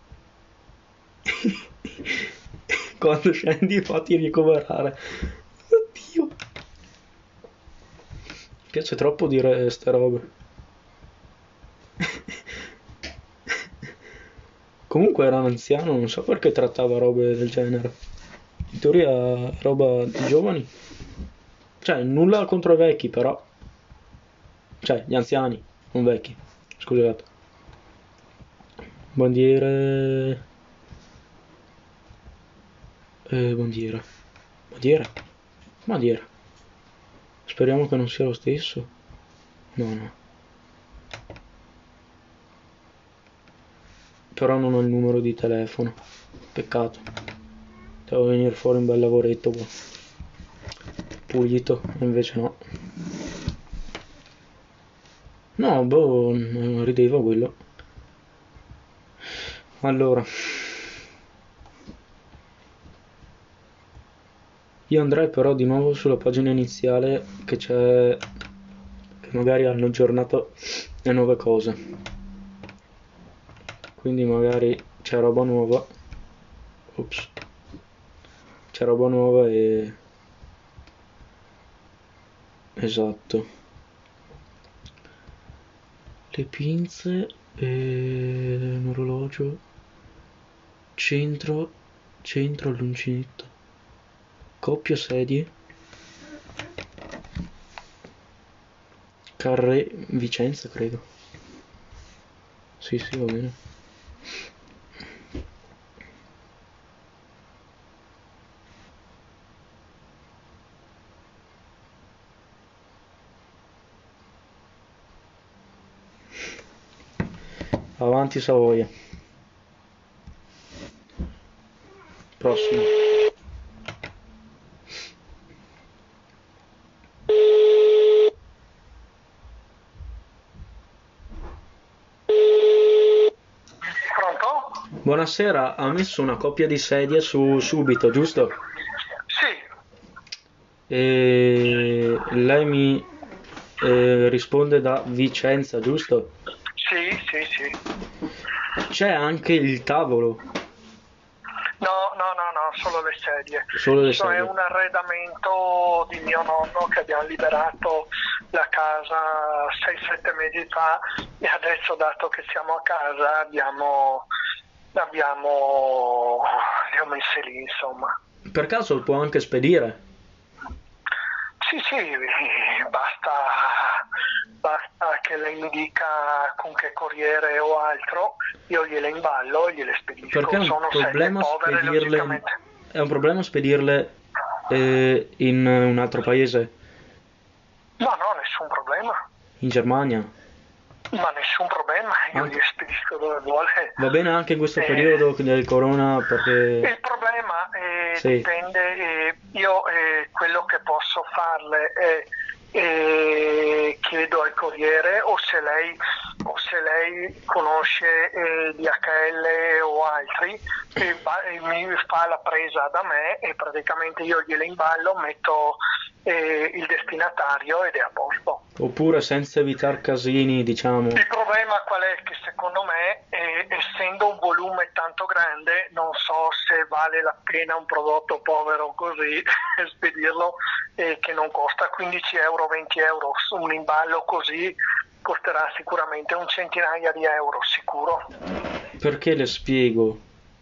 Speaker 2: Quando scendi fatti ricoverare. Oddio. Mi piace troppo dire ste robe. Comunque era un anziano, non so perché trattava robe del genere. In teoria roba di giovani. Cioè, nulla contro i vecchi, però. Cioè, gli anziani, non vecchi. Scusate. Bandiere. Bandiera. Bandiera? Bandiera. Speriamo che non sia lo stesso. No. Però non ho il numero di telefono. Peccato. Devo venire fuori un bel lavoretto qua. Pulito, invece no. No, boh, rideva quello. Allora. Io andrei però di nuovo sulla pagina iniziale che c'è, che magari hanno aggiornato le nuove cose, quindi magari c'è roba nuova. Ops. C'è roba nuova e... esatto. Le pinze e un orologio, centro all'uncinetto. Coppia sedie. Carre Vicenza, credo. Sì, va bene. Avanti Savoia. Prossimo.
Speaker 3: Pronto?
Speaker 2: Buonasera, ha messo una coppia di sedie su Subito, giusto?
Speaker 3: Sì.
Speaker 2: E lei mi risponde da Vicenza, giusto?
Speaker 3: Sì.
Speaker 2: C'è anche il tavolo.
Speaker 3: No, solo le sedie.
Speaker 2: Solo le
Speaker 3: Questo
Speaker 2: sedie.
Speaker 3: è un arredamento di mio nonno che abbiamo liberato la casa 6-7 mesi fa e adesso, dato che siamo a casa, abbiamo li ho messi lì, insomma.
Speaker 2: Per caso lo può anche spedire?
Speaker 3: Sì, basta che lei mi dica con che corriere o altro, io gliele imballo e gliele spedisco.
Speaker 2: Perché è un
Speaker 3: Sono
Speaker 2: problema
Speaker 3: sedie povere,
Speaker 2: spedirle.
Speaker 3: logicamente.
Speaker 2: È un problema spedirle in un altro paese?
Speaker 3: No, nessun problema.
Speaker 2: In Germania?
Speaker 3: Ma nessun problema, io
Speaker 2: Anche-
Speaker 3: li spedisco dove vuole.
Speaker 2: Va bene anche in questo
Speaker 3: Eh,
Speaker 2: periodo del corona perché...
Speaker 3: Il problema
Speaker 2: Sì,
Speaker 3: dipende, io quello che posso farle è chiedo al corriere o se lei conosce DHL o altri e mi fa la presa da me e praticamente io gliele imballo, metto il destinatario ed è a posto.
Speaker 2: oppure senza evitare casini, diciamo.
Speaker 3: Il problema qual è? Che secondo me, essendo un volume tanto grande, non so se vale la pena un prodotto povero così spedirlo che non costa 15 euro, 20 euro. Un imballo così costerà sicuramente un centinaia di euro, sicuro.
Speaker 2: Perché le spiego?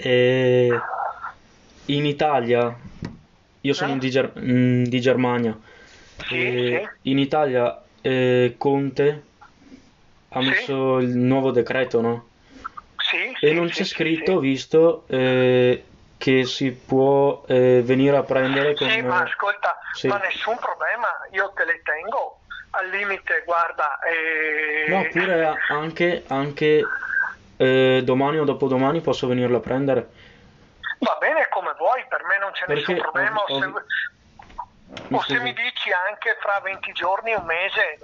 Speaker 2: In Italia, io sono di Germania,
Speaker 3: Sì.
Speaker 2: in Italia Conte ha
Speaker 3: Sì.
Speaker 2: messo il nuovo decreto, no?
Speaker 3: Sì,
Speaker 2: E
Speaker 3: sì,
Speaker 2: non
Speaker 3: sì,
Speaker 2: c'è
Speaker 3: sì,
Speaker 2: scritto,
Speaker 3: sì.
Speaker 2: ho visto, che si può venire a prendere con...
Speaker 3: Sì, ma ascolta,
Speaker 2: sì.
Speaker 3: ma nessun problema, io te le tengo. Al limite, guarda,
Speaker 2: No, oppure anche domani o dopodomani posso venirlo a prendere.
Speaker 3: va bene come vuoi, per me non c'è
Speaker 2: Perché
Speaker 3: nessun problema.
Speaker 2: mi
Speaker 3: O se
Speaker 2: scusi.
Speaker 3: mi dici anche fra 20 giorni, un mese,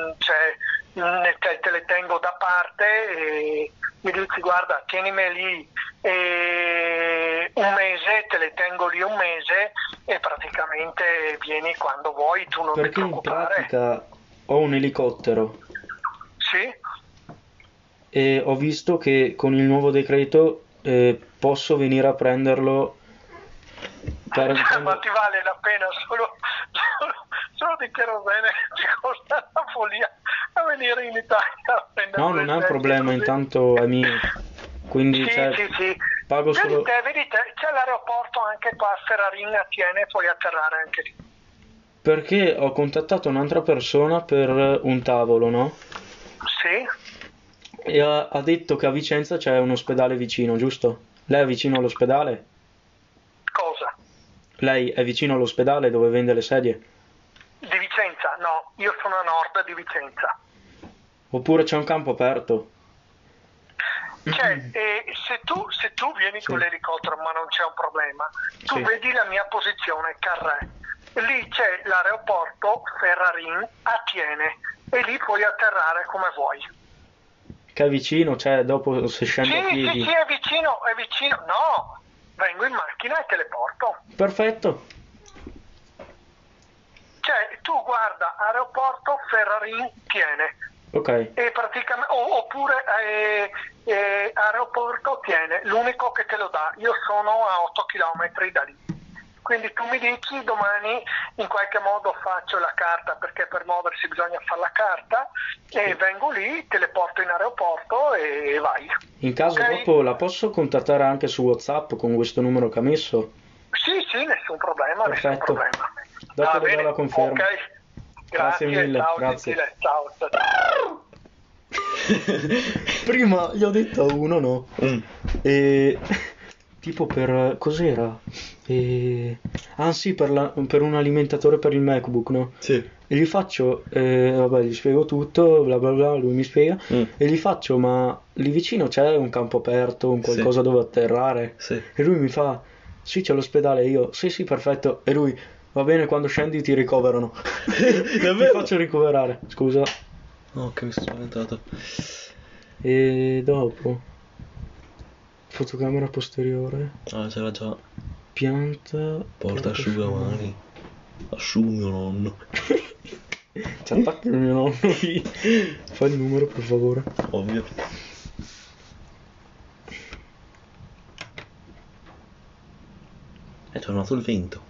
Speaker 3: te le tengo da parte e mi dici guarda, tienime lì un mese, te le tengo lì un mese e praticamente vieni quando vuoi, tu non ti
Speaker 2: Perché in
Speaker 3: preoccupare.
Speaker 2: pratica ho un elicottero
Speaker 3: Sì?
Speaker 2: e ho visto che con il nuovo decreto posso venire a prenderlo
Speaker 3: Ma ti vale la pena solo di kerosene ci costa una follia a venire in Italia a prendere
Speaker 2: No, non è un problema, intanto è mio. Quindi
Speaker 3: sì.
Speaker 2: pago solo...
Speaker 3: Vedi te, c'è l'aeroporto anche qua a Ferrarin a Tiene, puoi atterrare anche lì.
Speaker 2: Perché ho contattato un'altra persona per un tavolo, no?
Speaker 3: Sì?
Speaker 2: E ha detto che a Vicenza c'è un ospedale vicino, giusto? Lei è vicino all'ospedale?
Speaker 3: Cosa?
Speaker 2: Lei è vicino all'ospedale dove vende le sedie?
Speaker 3: Di Vicenza? No, io sono a nord di Vicenza.
Speaker 2: Oppure c'è un campo aperto?
Speaker 3: Cioè, se tu vieni
Speaker 2: Sì.
Speaker 3: con l'elicottero, ma non c'è un problema, tu
Speaker 2: Sì.
Speaker 3: vedi la mia posizione, Carré. Lì c'è l'aeroporto Ferrarin a Tiene e lì puoi atterrare come vuoi.
Speaker 2: Che è vicino, cioè dopo se scendo a piedi.
Speaker 3: Sì, è vicino. No, vengo in macchina e te le porto.
Speaker 2: Perfetto.
Speaker 3: Cioè, tu guarda, aeroporto Ferrarin Tiene.
Speaker 2: Ok.
Speaker 3: E praticamente, oppure aeroporto Tiene, l'unico che te lo dà. Io sono a 8 km da lì. Quindi tu mi dici domani in qualche modo faccio la carta, perché per muoversi bisogna fare la carta, e vengo lì, te le porto in aeroporto e vai.
Speaker 2: In caso
Speaker 3: Ok?
Speaker 2: dopo la posso contattare anche su WhatsApp con questo numero che ha messo?
Speaker 3: Sì, nessun problema,
Speaker 2: Perfetto.
Speaker 3: nessun problema.
Speaker 2: Dopo
Speaker 3: Va
Speaker 2: le do
Speaker 3: bene,
Speaker 2: la conferma.
Speaker 3: ok.
Speaker 2: Grazie mille,
Speaker 3: ciao,
Speaker 2: grazie.
Speaker 3: gentile, ciao.
Speaker 2: Prima gli ho detto a uno no. E tipo per cos'era? Ah sì, per un alimentatore per il MacBook, no?
Speaker 1: Sì.
Speaker 2: E gli faccio, vabbè, gli spiego tutto, bla bla bla, lui mi spiega. E gli faccio, ma lì vicino c'è un campo aperto, un qualcosa dove atterrare?
Speaker 1: Sì.
Speaker 2: E lui mi fa, sì, c'è l'ospedale. Io, sì, perfetto. E lui, va bene, quando scendi ti ricoverano. Ti
Speaker 1: Davvero?
Speaker 2: faccio ricoverare, scusa.
Speaker 1: Oh, che mi sono spaventato.
Speaker 2: E dopo, fotocamera posteriore,
Speaker 1: Ah, c'era già.
Speaker 2: pianta,
Speaker 1: Porta asciugamani. Asciugo mio nonno.
Speaker 2: Ci attacchi il mio nonno lì. Fai il numero per favore.
Speaker 1: Ovvio. È tornato il vento.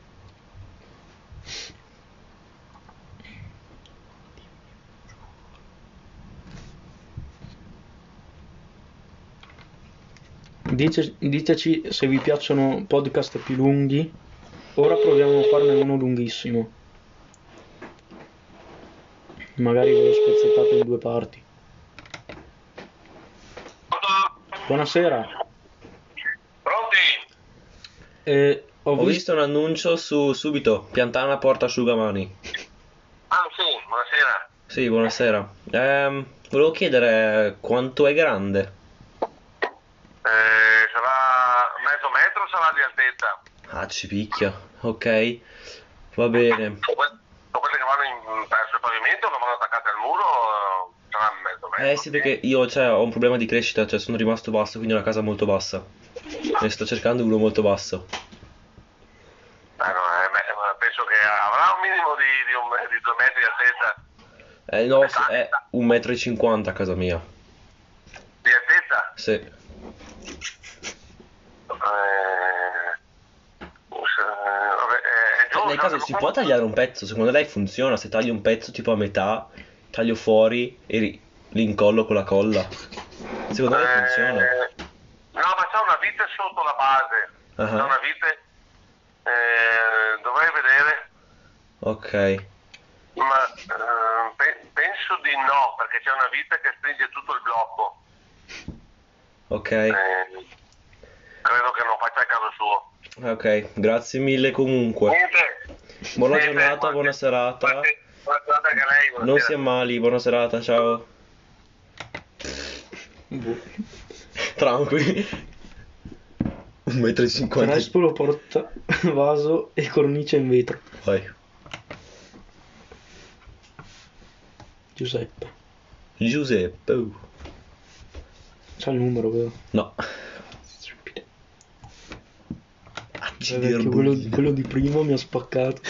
Speaker 2: Diteci se vi piacciono podcast più lunghi. Ora proviamo a farne uno lunghissimo. Magari ve lo spezzettate in 2 parti. Buonasera.
Speaker 3: Pronti?
Speaker 2: Ho
Speaker 1: Ho visto un annuncio su subito. Piantare una porta asciugamani.
Speaker 3: Ah sì, buonasera.
Speaker 1: Sì, buonasera. Volevo chiedere quanto è grande.
Speaker 5: Sarà mezzo metro, sarà di altezza.
Speaker 1: Ah, ci picchia. Ok, va bene.
Speaker 5: Sono quelle che vanno verso il pavimento, che vanno attaccate al muro, sarà mezzo metro.
Speaker 1: Sì, perché io ho un problema di crescita, cioè sono rimasto basso, quindi ho una casa molto bassa. Ne sto cercando uno molto basso.
Speaker 5: No, penso che avrà un minimo di 2 metri di altezza.
Speaker 1: No, è 1,50 m a casa mia.
Speaker 5: Di altezza?
Speaker 1: Sì.
Speaker 5: È giusto.
Speaker 1: Nel caso si può tagliare un pezzo, secondo lei funziona? Se taglio un pezzo tipo a metà, taglio fuori e li incollo con la colla. Secondo lei funziona?
Speaker 5: No, ma c'è una vite sotto la base.
Speaker 1: Ah.
Speaker 5: C'è una vite. Dovrei vedere.
Speaker 1: Ok.
Speaker 5: Ma penso di no, perché c'è una vite che stringe tutto il blocco.
Speaker 1: Ok.
Speaker 5: Credo che non faccia il caso suo.
Speaker 1: Ok, grazie mille comunque.
Speaker 5: Niente.
Speaker 1: Buona
Speaker 5: Niente,
Speaker 1: giornata,
Speaker 5: buona-
Speaker 1: buona serata.
Speaker 5: Buona giornata anche a lei.
Speaker 1: Non
Speaker 5: buonasera.
Speaker 1: si ammali, buona serata, ciao. Tranquilli. 1,50 m.
Speaker 2: Trespolo, porta vaso e cornice in vetro.
Speaker 1: Vai.
Speaker 2: Giuseppe.
Speaker 1: Giuseppe.
Speaker 2: C'ha il numero, vero?
Speaker 1: No.
Speaker 2: Stupido.
Speaker 1: Accidere
Speaker 2: Quello di prima mi ha spaccato.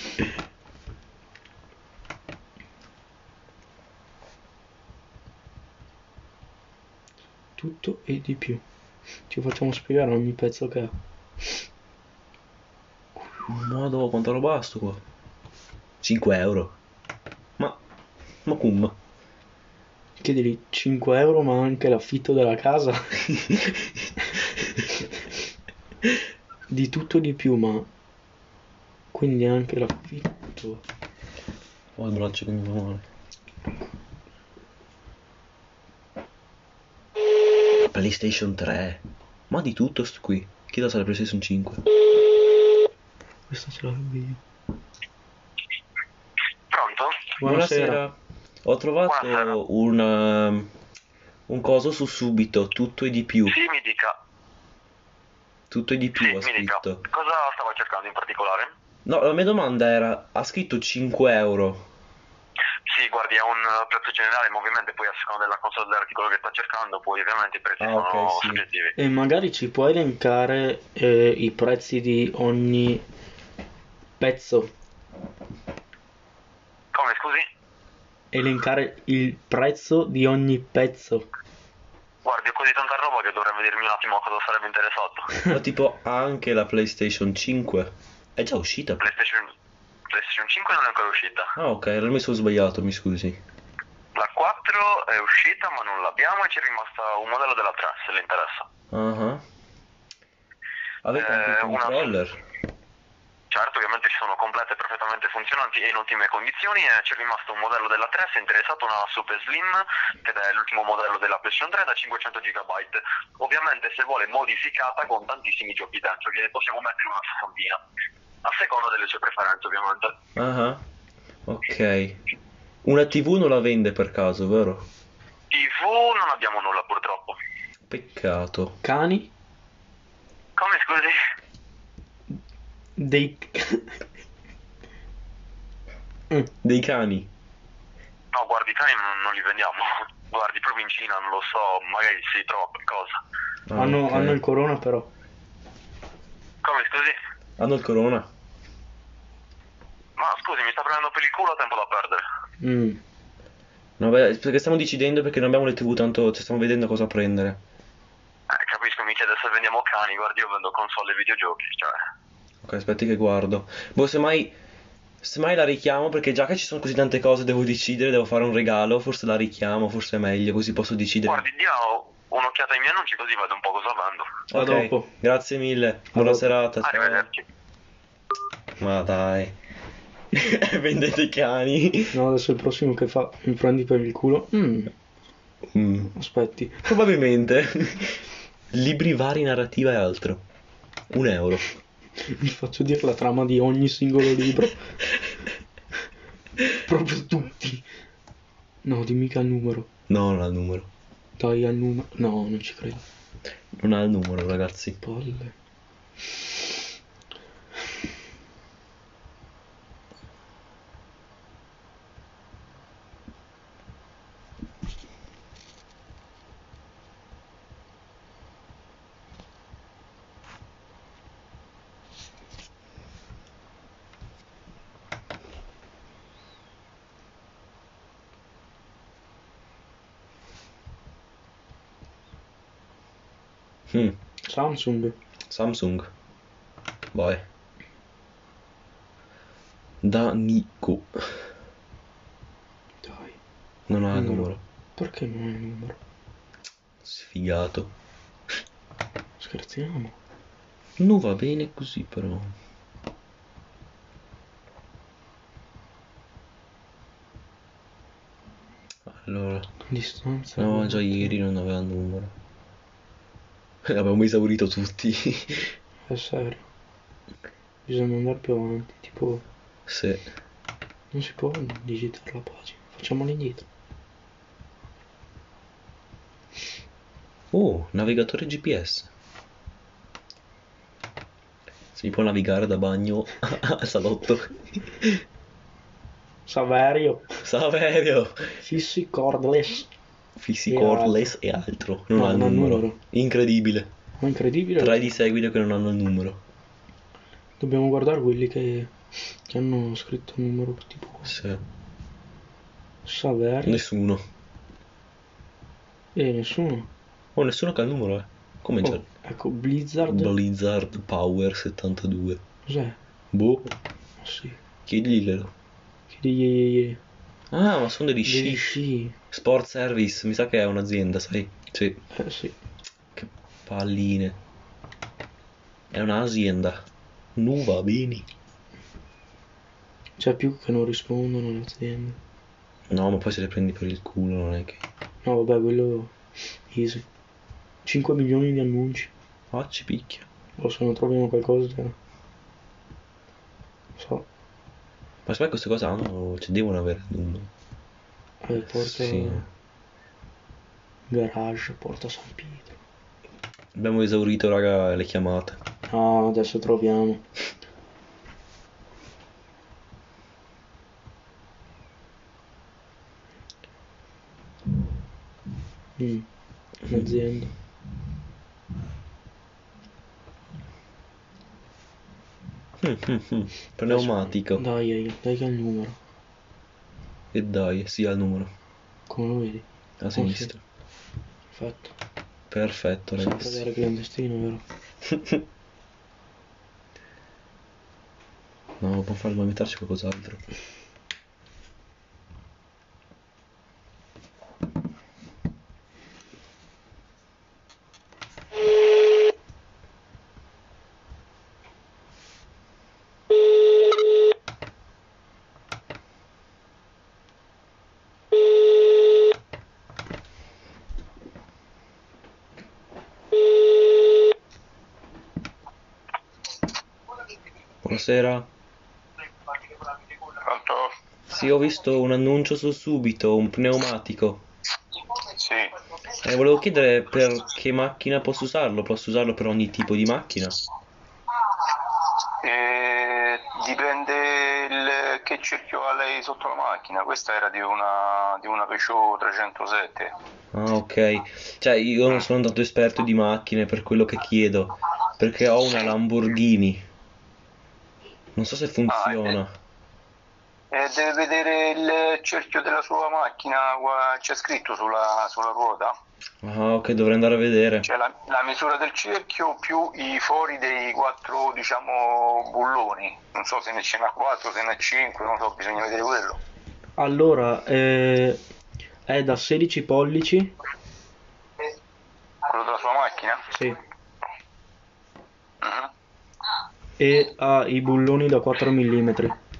Speaker 2: Tutto e di più. Ci facciamo spiegare ogni pezzo che ha.
Speaker 1: Madò, quanto roba sto qua? 5 euro. Ma cum?
Speaker 2: Chiedili 5 euro, ma anche l'affitto della casa. Di tutto e di più, ma quindi anche l'affitto.
Speaker 1: Ho il braccio che mi fa male. PlayStation 3. Ma di tutto sto qui. Chi la sa la PlayStation 5?
Speaker 2: Questa ce l'avevo io.
Speaker 3: Pronto?
Speaker 2: Buonasera.
Speaker 1: Ho trovato
Speaker 3: Buonasera.
Speaker 1: un coso su Subito, tutto e di più.
Speaker 3: Sì, mi dica.
Speaker 1: Tutto e di più
Speaker 3: Sì,
Speaker 1: ha
Speaker 3: mi dica.
Speaker 1: scritto.
Speaker 3: Cosa stava cercando in particolare?
Speaker 1: No, la mia domanda era, ha scritto 5 euro.
Speaker 3: Sì, guardi, è un prezzo generale, ma ovviamente poi a seconda della console dell'articolo che sta cercando, poi ovviamente i prezzi
Speaker 1: Ah,
Speaker 3: sono
Speaker 1: ok, sì.
Speaker 3: soggettivi.
Speaker 2: E magari ci puoi elencare i prezzi di ogni pezzo.
Speaker 3: Come, scusi?
Speaker 2: Elencare il prezzo di ogni pezzo.
Speaker 3: Guardi, ho così tanta roba che dovrebbe dirmi un attimo a cosa sarebbe interessato.
Speaker 1: Ma tipo anche la PlayStation 5 è già uscita.
Speaker 3: PlayStation 5 non è ancora uscita.
Speaker 1: Ah, ok, allora mi sono sbagliato, mi scusi.
Speaker 3: La 4 è uscita, ma non l'abbiamo e ci è rimasta un modello della 3, se le interessa.
Speaker 1: Ah. Avete anche il
Speaker 3: una-
Speaker 1: controller?
Speaker 3: Certo, ovviamente ci sono complete, perfettamente funzionanti e in ottime condizioni e c'è rimasto un modello della 3, se è interessato una Super Slim, che è l'ultimo modello della PlayStation 3 da 500 GB. Ovviamente se vuole modificata con tantissimi giochi dentro, gliene possiamo mettere una sessantina, a seconda delle sue preferenze ovviamente.
Speaker 1: Ah, ok. Una TV non la vende per caso, vero?
Speaker 3: TV non abbiamo nulla purtroppo.
Speaker 1: Peccato.
Speaker 2: Cani?
Speaker 3: Come, scusi?
Speaker 2: Dei...
Speaker 1: Dei cani.
Speaker 3: No, guardi, i cani non li vendiamo. Guardi, proprio in Cina, non lo so, magari si trova qualcosa.
Speaker 1: Ah,
Speaker 2: hanno,
Speaker 1: ok.
Speaker 2: hanno il corona però.
Speaker 3: Come, scusi?
Speaker 1: Hanno il corona.
Speaker 3: Ma scusi, mi sta prendendo per il culo, ho tempo da perdere.
Speaker 1: No, beh, perché stiamo decidendo perché non abbiamo le TV, tanto ci stiamo vedendo cosa prendere.
Speaker 3: Capisco, mi chiede se vendiamo cani, guardi, io vendo console e videogiochi, cioè...
Speaker 1: Ok, aspetti che guardo. Boh, semmai la richiamo perché già che ci sono così tante cose devo decidere, devo fare un regalo, forse la richiamo, forse è meglio, così posso decidere.
Speaker 3: Guardi, dia un'occhiata ai miei annunci così vedo un po' cosa vendo.
Speaker 2: A
Speaker 1: Ok,
Speaker 2: dopo.
Speaker 1: grazie mille. Buona
Speaker 2: dopo.
Speaker 1: serata. Ciao.
Speaker 3: Arrivederci.
Speaker 1: Ma dai. Vendete i cani.
Speaker 2: No, adesso il prossimo che fa mi prendi per il culo. Aspetti.
Speaker 1: Probabilmente. Libri vari, narrativa e altro. 1 euro.
Speaker 2: Vi faccio dire la trama di ogni singolo libro. Proprio tutti. No, dimmi che ha il numero.
Speaker 1: No, non ha il numero.
Speaker 2: Dai al numero. No, non ci credo.
Speaker 1: Non ha il numero, ragazzi.
Speaker 2: Palle. Samsung.
Speaker 1: Samsung. Vai. Da Nico.
Speaker 2: Dai.
Speaker 1: Non ha il
Speaker 2: Numero.
Speaker 1: numero.
Speaker 2: Perché non hai il numero?
Speaker 1: Sfigato.
Speaker 2: Scherziamo.
Speaker 1: Non va bene così però. Allora.
Speaker 2: Distanza.
Speaker 1: No, già ieri non aveva il numero. Abbiamo esaurito tutti.
Speaker 2: È serio. Bisogna andare più avanti. Tipo,
Speaker 1: Sì.
Speaker 2: non si può digitare la pagina. Facciamola indietro.
Speaker 1: Oh, navigatore GPS. Si può navigare da bagno al salotto.
Speaker 2: Saverio.
Speaker 1: Saverio.
Speaker 2: Fissi cordless.
Speaker 1: Fissi
Speaker 2: E
Speaker 1: cordless e altro. Non
Speaker 2: No,
Speaker 1: ha il
Speaker 2: non ha il
Speaker 1: numero.
Speaker 2: numero.
Speaker 1: Incredibile.
Speaker 2: Ma incredibile.
Speaker 1: 3 di seguito che non hanno il numero.
Speaker 2: Dobbiamo guardare quelli che hanno scritto il numero tipo
Speaker 1: Sì.
Speaker 2: Saverio.
Speaker 1: Nessuno.
Speaker 2: E nessuno.
Speaker 1: Oh, nessuno che ha il numero, Come c'è?
Speaker 2: Oh, ecco, Blizzard.
Speaker 1: Blizzard Power 72.
Speaker 2: Cos'è?
Speaker 1: Boh,
Speaker 2: Ma sì.
Speaker 1: chiediglielo.
Speaker 2: Chiedi.
Speaker 1: Ah, ma sono degli
Speaker 2: Degli
Speaker 1: sci.
Speaker 2: sci.
Speaker 1: Sport Service, mi sa che è un'azienda, sai? Sì.
Speaker 2: Sì.
Speaker 1: Che palline. È un'azienda. Non va bene.
Speaker 2: C'è più che non rispondono le aziende.
Speaker 1: No, ma poi se le prendi per il culo non è che...
Speaker 2: No, vabbè, quello easy. 5 milioni di annunci.
Speaker 1: Ah, ci picchia.
Speaker 2: O se non troviamo qualcosa, non so.
Speaker 1: Ma sai queste cose hanno... Cioè, devono avere il numero.
Speaker 2: Porta
Speaker 1: Sì.
Speaker 2: Garage, Porta San Pietro.
Speaker 1: Abbiamo esaurito, raga, le chiamate.
Speaker 2: No, adesso troviamo. Un'azienda.
Speaker 1: Pneumatico.
Speaker 2: Dai che è il numero.
Speaker 1: E dai, sì, ha il numero.
Speaker 2: Come lo vedi?
Speaker 1: A sinistra.
Speaker 2: Perfetto.
Speaker 1: Perfetto,
Speaker 2: Possiamo
Speaker 1: ragazzi.
Speaker 2: vedere clandestino, vero?
Speaker 1: No, può farlo metterci qualcos'altro. Buonasera.
Speaker 5: Pronto?
Speaker 1: Sì, ho visto un annuncio su Subito, un pneumatico.
Speaker 5: Sì.
Speaker 1: Volevo chiedere per che macchina posso usarlo. Posso usarlo per ogni tipo di macchina?
Speaker 5: Dipende che cerchio ha lei sotto la macchina. Questa era di una Peugeot 307.
Speaker 1: Ah, ok. Cioè, io non sono tanto esperto di macchine per quello che chiedo, perché ho una Lamborghini. Non so se funziona.
Speaker 5: Deve vedere il cerchio della sua macchina, c'è scritto sulla ruota.
Speaker 1: Ah, ok, dovrei andare a vedere.
Speaker 5: C'è la misura del cerchio più i fori dei 4, diciamo, bulloni. Non so se ne ce n'ha 4, se ne ha 5, non so, bisogna vedere quello.
Speaker 2: Allora, è da 16 pollici.
Speaker 5: Quello della sua macchina?
Speaker 2: Sì.
Speaker 5: Mhm.
Speaker 2: E ha i bulloni da 4 mm.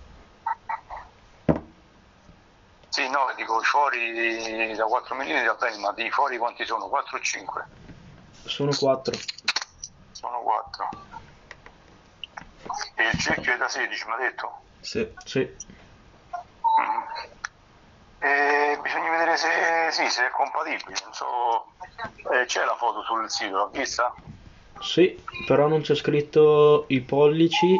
Speaker 5: Sì, no, dico i fori da 4 mm va bene, ma di fori quanti sono? 4 o 5?
Speaker 2: Sono 4.
Speaker 5: Sono 4. E il cerchio è da 16, mi ha detto?
Speaker 1: Sì.
Speaker 2: Sì.
Speaker 5: Mhm. bisogna vedere se è compatibile, non so. C'è la foto sul sito, l'ho vista?
Speaker 2: Sì, però non c'è scritto i pollici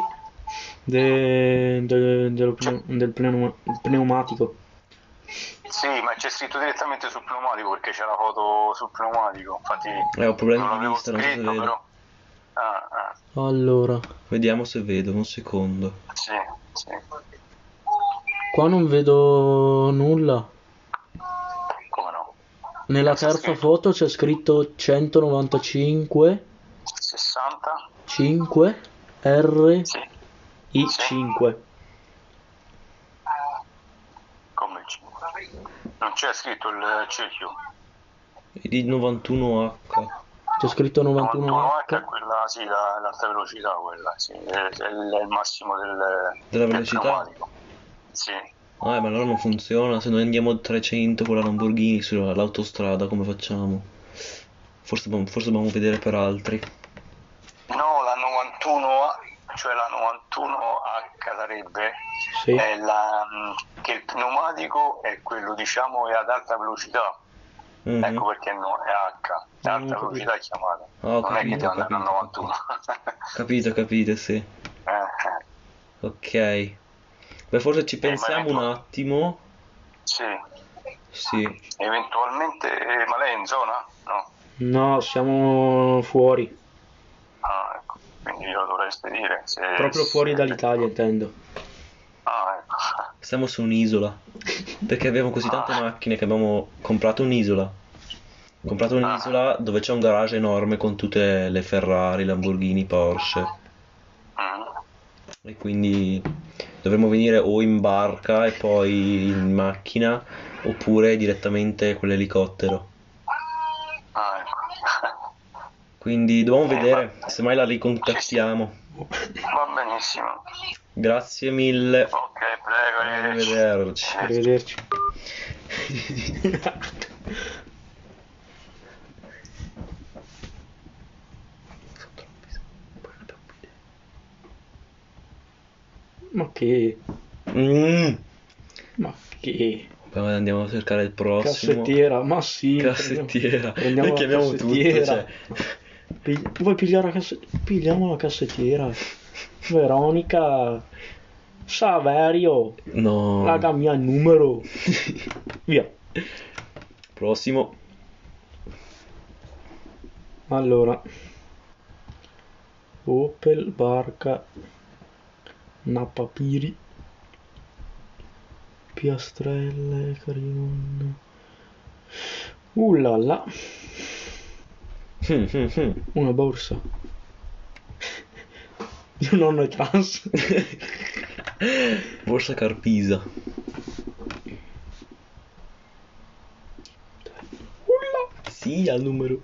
Speaker 2: del pneumatico.
Speaker 5: Sì, ma c'è scritto direttamente sul pneumatico perché c'è la foto sul pneumatico, infatti
Speaker 1: Ho problemi
Speaker 5: non
Speaker 1: di
Speaker 5: l'avevo
Speaker 1: vista, non so se
Speaker 5: scritto
Speaker 1: vedo.
Speaker 5: però.
Speaker 2: Allora,
Speaker 1: Vediamo se vedo, un secondo.
Speaker 5: Sì, sì.
Speaker 2: qua non vedo nulla.
Speaker 5: Come no?
Speaker 2: Nella
Speaker 5: C'è
Speaker 2: terza
Speaker 5: scritto
Speaker 2: foto c'è scritto 195
Speaker 5: 60?
Speaker 2: 5 R
Speaker 5: Sì.
Speaker 2: I
Speaker 5: Sì.
Speaker 2: 5.
Speaker 5: Come il 5? Non c'è scritto il cerchio.
Speaker 1: Il 91H.
Speaker 2: C'è scritto
Speaker 5: 91H è
Speaker 2: 91H.
Speaker 5: quella, sì, l'alta velocità, quella, sì, è il massimo
Speaker 1: Della
Speaker 5: del
Speaker 1: velocità?
Speaker 5: pneumatico. Sì.
Speaker 1: Ma allora non funziona. Se noi andiamo a 300 con la Lamborghini sull'autostrada, come facciamo? Forse dobbiamo vedere per altri.
Speaker 5: No, la 91, cioè la 91H sarebbe
Speaker 2: Sì.
Speaker 5: è che il pneumatico è quello, diciamo, è ad alta velocità.
Speaker 1: Mhm.
Speaker 5: Ecco perché no, è H, è alta
Speaker 2: capito.
Speaker 5: velocità è chiamata.
Speaker 1: Ah, ho
Speaker 5: Non è che
Speaker 1: capito,
Speaker 5: devo andare a 91.
Speaker 1: Capito, sì. Ok. Beh, forse ci
Speaker 5: ma
Speaker 1: pensiamo un attimo.
Speaker 5: Sì,
Speaker 1: Sì.
Speaker 5: eventualmente, ma lei è in zona? No.
Speaker 2: No, siamo fuori.
Speaker 5: Ah, ecco, quindi lo dovrei spedire.
Speaker 2: Proprio fuori dall'Italia, intendo.
Speaker 5: Ah, ecco.
Speaker 1: Siamo su un'isola. Perché abbiamo così tante macchine che abbiamo comprato un'isola. Comprato un'isola dove c'è un garage enorme con tutte le Ferrari, Lamborghini, Porsche.
Speaker 5: Mm.
Speaker 1: E quindi dovremmo venire o in barca e poi in macchina oppure direttamente con l'elicottero.
Speaker 5: Ah, ecco.
Speaker 1: Quindi dobbiamo vedere, semmai la ricontattiamo.
Speaker 5: Va benissimo.
Speaker 1: Grazie mille.
Speaker 5: Ok, prego,
Speaker 1: Arrivederci.
Speaker 2: Arrivederci. Ma che?
Speaker 1: Mm.
Speaker 2: Ma che?
Speaker 1: Poi andiamo a cercare il prossimo.
Speaker 2: Cassettiera, ma sì.
Speaker 1: Cassettiera.
Speaker 2: Prendiamo
Speaker 1: Noi
Speaker 2: la
Speaker 1: chiamiamo tutto,
Speaker 2: cassettiera.
Speaker 1: cioè.
Speaker 2: Vuoi pigliare la cassettiera? Pigliamo la cassettiera. Veronica. Saverio.
Speaker 1: No.
Speaker 2: Raga, mia il numero. Via.
Speaker 1: Prossimo.
Speaker 2: Allora. Opel, barca, Napapiri, piastrelle, Carion. Là. Una borsa. Mio nonno è trans.
Speaker 1: Borsa Carpisa. Sì, al numero.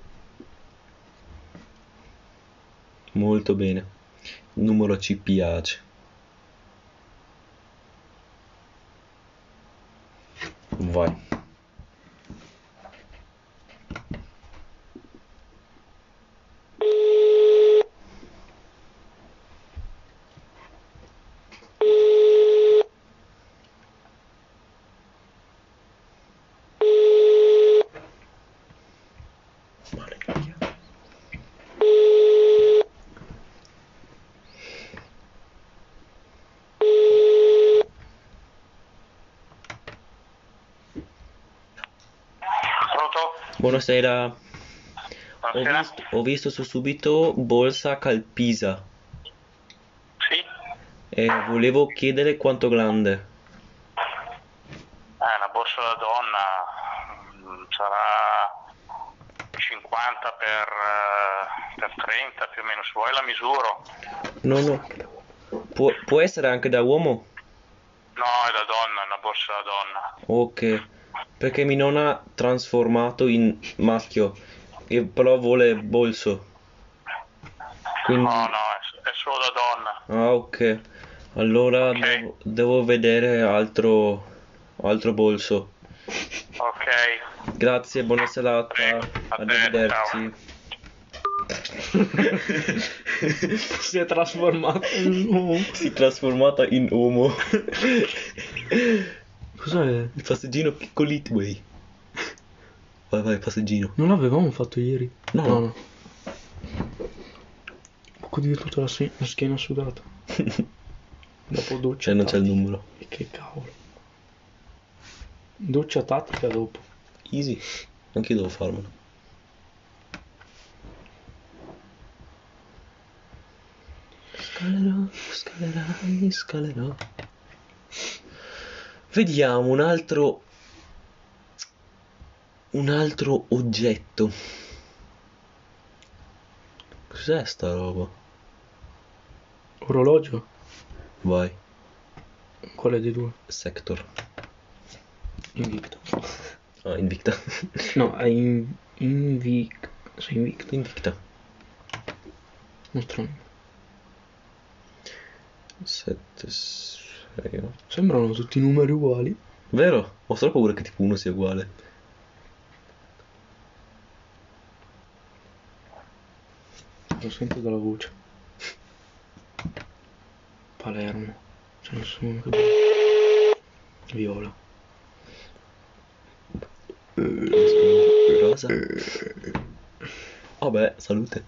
Speaker 1: Molto bene. Il numero ci piace. Vai.
Speaker 5: Pronto?
Speaker 1: Buonasera.
Speaker 5: Buonasera.
Speaker 1: Ho visto su subito borsa Calpisa
Speaker 5: Sì?
Speaker 1: e volevo chiedere quanto grande.
Speaker 5: Una borsa da donna sarà 50 per 30 più o meno, se vuoi la misuro.
Speaker 1: No. Può essere anche da uomo?
Speaker 5: No, è da donna, è una borsa da donna.
Speaker 1: Ok. Perché mia nonna ha trasformato in maschio e però vuole bolso. Quindi...
Speaker 5: No, è solo da donna.
Speaker 1: Ah, ok. Allora
Speaker 5: Ok.
Speaker 1: devo vedere altro bolso.
Speaker 5: Ok,
Speaker 1: Grazie, buona serata.
Speaker 5: Prego, a te,
Speaker 1: Arrivederci.
Speaker 2: Si è trasformato in un...
Speaker 1: Si è trasformata in uomo.
Speaker 2: Cos'è?
Speaker 1: Il passeggino piccolito, wey. Vai, passeggino.
Speaker 2: Non l'avevamo fatto ieri?
Speaker 1: No.
Speaker 2: No. Poco di tutta la schiena sudata. Dopo doccia.
Speaker 1: Non c'è il
Speaker 2: tattica.
Speaker 1: numero.
Speaker 2: E che cavolo. Doccia tattica dopo.
Speaker 1: Easy. Anche io devo farmelo. Scalerò. Vediamo un altro oggetto. Cos'è sta roba?
Speaker 2: Orologio?
Speaker 1: Vai,
Speaker 2: Quale dei due?
Speaker 1: Sector.
Speaker 2: Invicto.
Speaker 1: Ah, Invicta.
Speaker 2: No, è invicto. Sei invicto.
Speaker 1: Invicta.
Speaker 2: Mostra un-
Speaker 1: 7, 6.
Speaker 2: Sembrano tutti numeri uguali.
Speaker 1: Vero? Ho solo paura che tipo uno sia uguale.
Speaker 2: Lo sento dalla voce. Palermo. C'è nessuno che... Viola.
Speaker 1: Rosa. Vabbè, salute.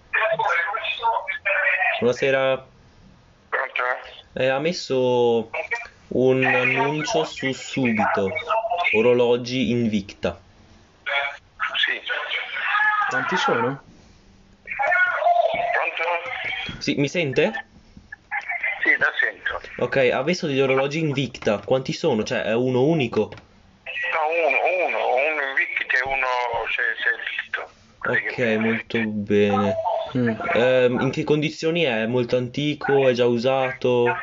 Speaker 1: Buonasera.
Speaker 5: Pronto?
Speaker 1: Ha messo un annuncio su Subito. Orologi Invicta.
Speaker 5: Sì.
Speaker 2: Quanti sono?
Speaker 5: Pronto?
Speaker 1: Sì, mi sente?
Speaker 5: Sì, la sento.
Speaker 1: Ok, ha messo degli orologi Invicta. Quanti sono? Cioè, è uno unico?
Speaker 5: No, uno invicto e uno
Speaker 1: Ok, molto bene. In che condizioni è? Molto antico? È già usato?
Speaker 5: No,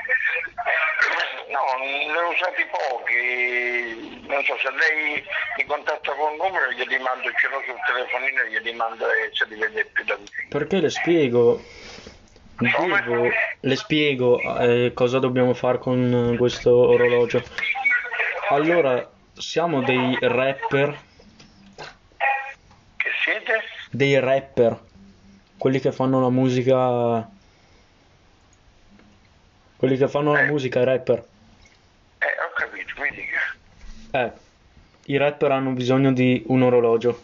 Speaker 5: ne ho usati pochi. Non so, se lei mi contatta con un numero glieli mando, ce l'ho sul telefonino e glieli mando e se li vede più da vicino.
Speaker 2: Perché le spiego. Le spiego cosa dobbiamo fare con questo orologio. Allora, siamo dei rapper.
Speaker 5: Che siete?
Speaker 2: Dei rapper. Quelli che fanno la musica. Quelli che fanno la musica, i rapper.
Speaker 5: Ho capito, mi dica.
Speaker 2: I rapper hanno bisogno di un orologio.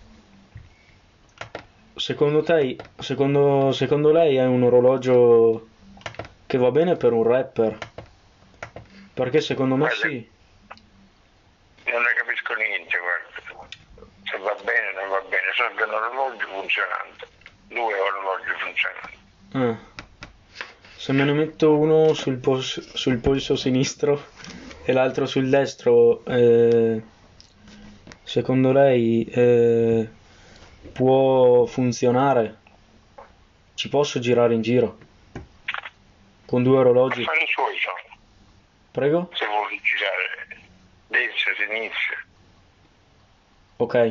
Speaker 2: Secondo te, secondo lei è un orologio che va bene per un rapper? Perché secondo me
Speaker 5: Guarda,
Speaker 2: sì.
Speaker 5: Non ne capisco niente, guarda. Se va bene o non va bene, so che è un orologio funzionante. 2 orologi funzionanti.
Speaker 2: Se me ne metto uno sul polso sinistro e l'altro sul destro, secondo lei può funzionare? Ci posso girare in giro? Con 2 orologi?
Speaker 5: Fare i suoi sono.
Speaker 2: Prego?
Speaker 5: Se vuoi girare destra, sinistra.
Speaker 2: Ok.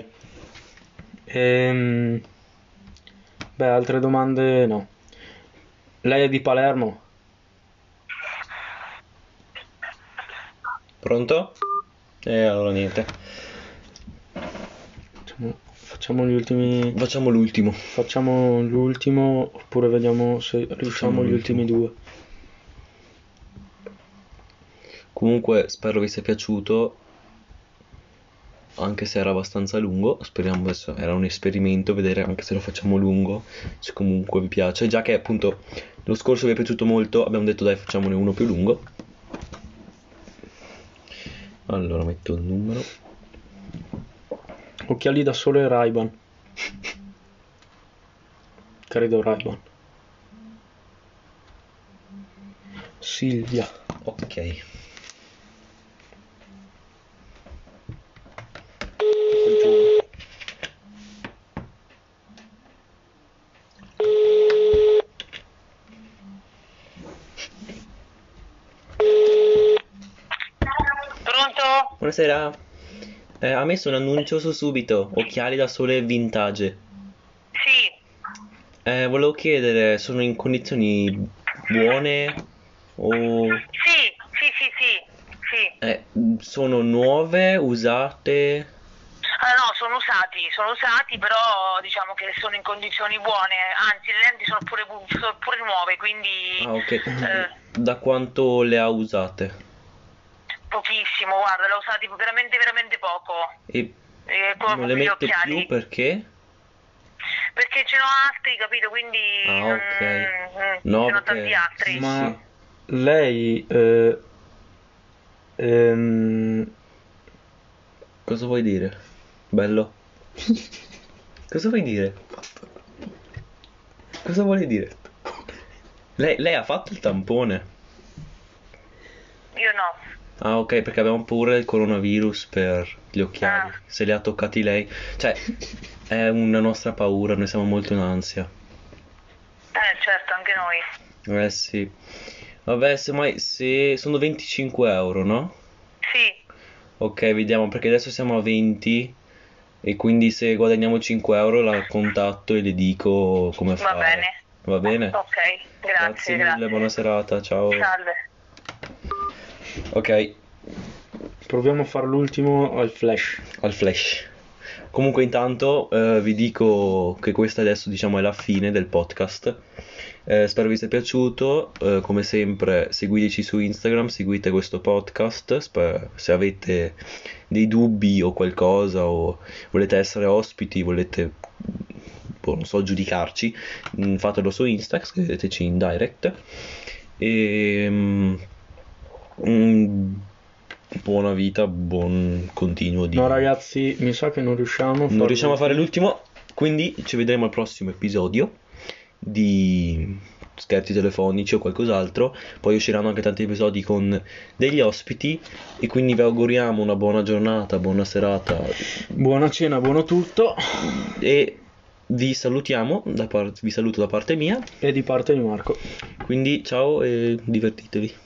Speaker 2: Beh, altre domande no. Lei è di Palermo?
Speaker 1: Pronto? Allora niente.
Speaker 2: Facciamo gli ultimi.
Speaker 1: Facciamo l'ultimo.
Speaker 2: Facciamo l'ultimo oppure vediamo se riusciamo gli ultimi 2.
Speaker 1: Comunque spero vi sia piaciuto, anche se era abbastanza lungo. Speriamo, adesso era un esperimento, vedere anche se lo facciamo lungo, se comunque vi piace. Già che appunto lo scorso vi è piaciuto molto, abbiamo detto dai, facciamone uno più lungo. Allora metto il numero.
Speaker 2: Occhiali da sole Ray-Ban. Credo Ray-Ban. Silvia.
Speaker 1: Ok.
Speaker 3: Pronto?
Speaker 1: Buonasera. Ha messo un annuncio su Subito, occhiali da sole vintage.
Speaker 3: Sì,
Speaker 1: Volevo chiedere, sono in condizioni buone o
Speaker 3: sì.
Speaker 1: sono nuove, usate?
Speaker 3: No, sono usati, però diciamo che sono in condizioni buone, anzi le lenti sono pure nuove, quindi
Speaker 1: Ah, ok. Da quanto le ha usate?
Speaker 6: Pochissimo, guarda, l'ho usati veramente, veramente poco.
Speaker 1: E
Speaker 6: Come
Speaker 1: non le
Speaker 6: gli
Speaker 1: mette
Speaker 6: occhiali.
Speaker 1: più perché?
Speaker 6: Perché ce n'ho altri, capito? Quindi
Speaker 1: Ah, ok. No,
Speaker 6: ce n'ho
Speaker 1: perché...
Speaker 6: tanti altri.
Speaker 1: sì,
Speaker 2: Ma
Speaker 1: sì.
Speaker 2: lei
Speaker 1: Cosa vuoi dire? Bello? Cosa vuoi dire? Cosa vuoi dire? Lei ha fatto il tampone?
Speaker 6: Io no.
Speaker 1: Ah, ok, perché avevamo paura del coronavirus per gli occhiali.
Speaker 6: Ah.
Speaker 1: Se li ha toccati lei. Cioè, è una nostra paura, noi siamo molto in ansia.
Speaker 6: Certo, anche noi.
Speaker 1: Eh sì. Vabbè, semmai, se sono 25 euro, no?
Speaker 6: Sì,
Speaker 1: Ok, vediamo, perché adesso siamo a 20 e quindi se guadagniamo 5 euro la contatto e le dico come
Speaker 6: va
Speaker 1: fare.
Speaker 6: bene.
Speaker 1: Va bene?
Speaker 6: Ok,
Speaker 1: Grazie
Speaker 6: grazie,
Speaker 1: mille, buona serata, ciao.
Speaker 6: Salve.
Speaker 1: Ok,
Speaker 2: proviamo a fare l'ultimo al flash.
Speaker 1: al flash. Comunque intanto vi dico che questa adesso diciamo è la fine del podcast. Spero vi sia piaciuto. Come sempre seguiteci su Instagram, seguite questo podcast. Se avete dei dubbi o qualcosa o volete essere ospiti, volete non so, giudicarci, fatelo su Insta, scriveteci in direct. E buona vita, buon continuo di...
Speaker 2: No ragazzi, mi sa che non riusciamo
Speaker 1: Non riusciamo a fare l'ultimo, quindi ci vedremo al prossimo episodio di scherzi telefonici o qualcos'altro. Poi usciranno anche tanti episodi con degli ospiti e quindi vi auguriamo una buona giornata, buona serata
Speaker 2: Buona cena, buono tutto.
Speaker 1: e vi salutiamo vi saluto da parte mia.
Speaker 2: E di parte di Marco.
Speaker 1: Quindi ciao e divertitevi.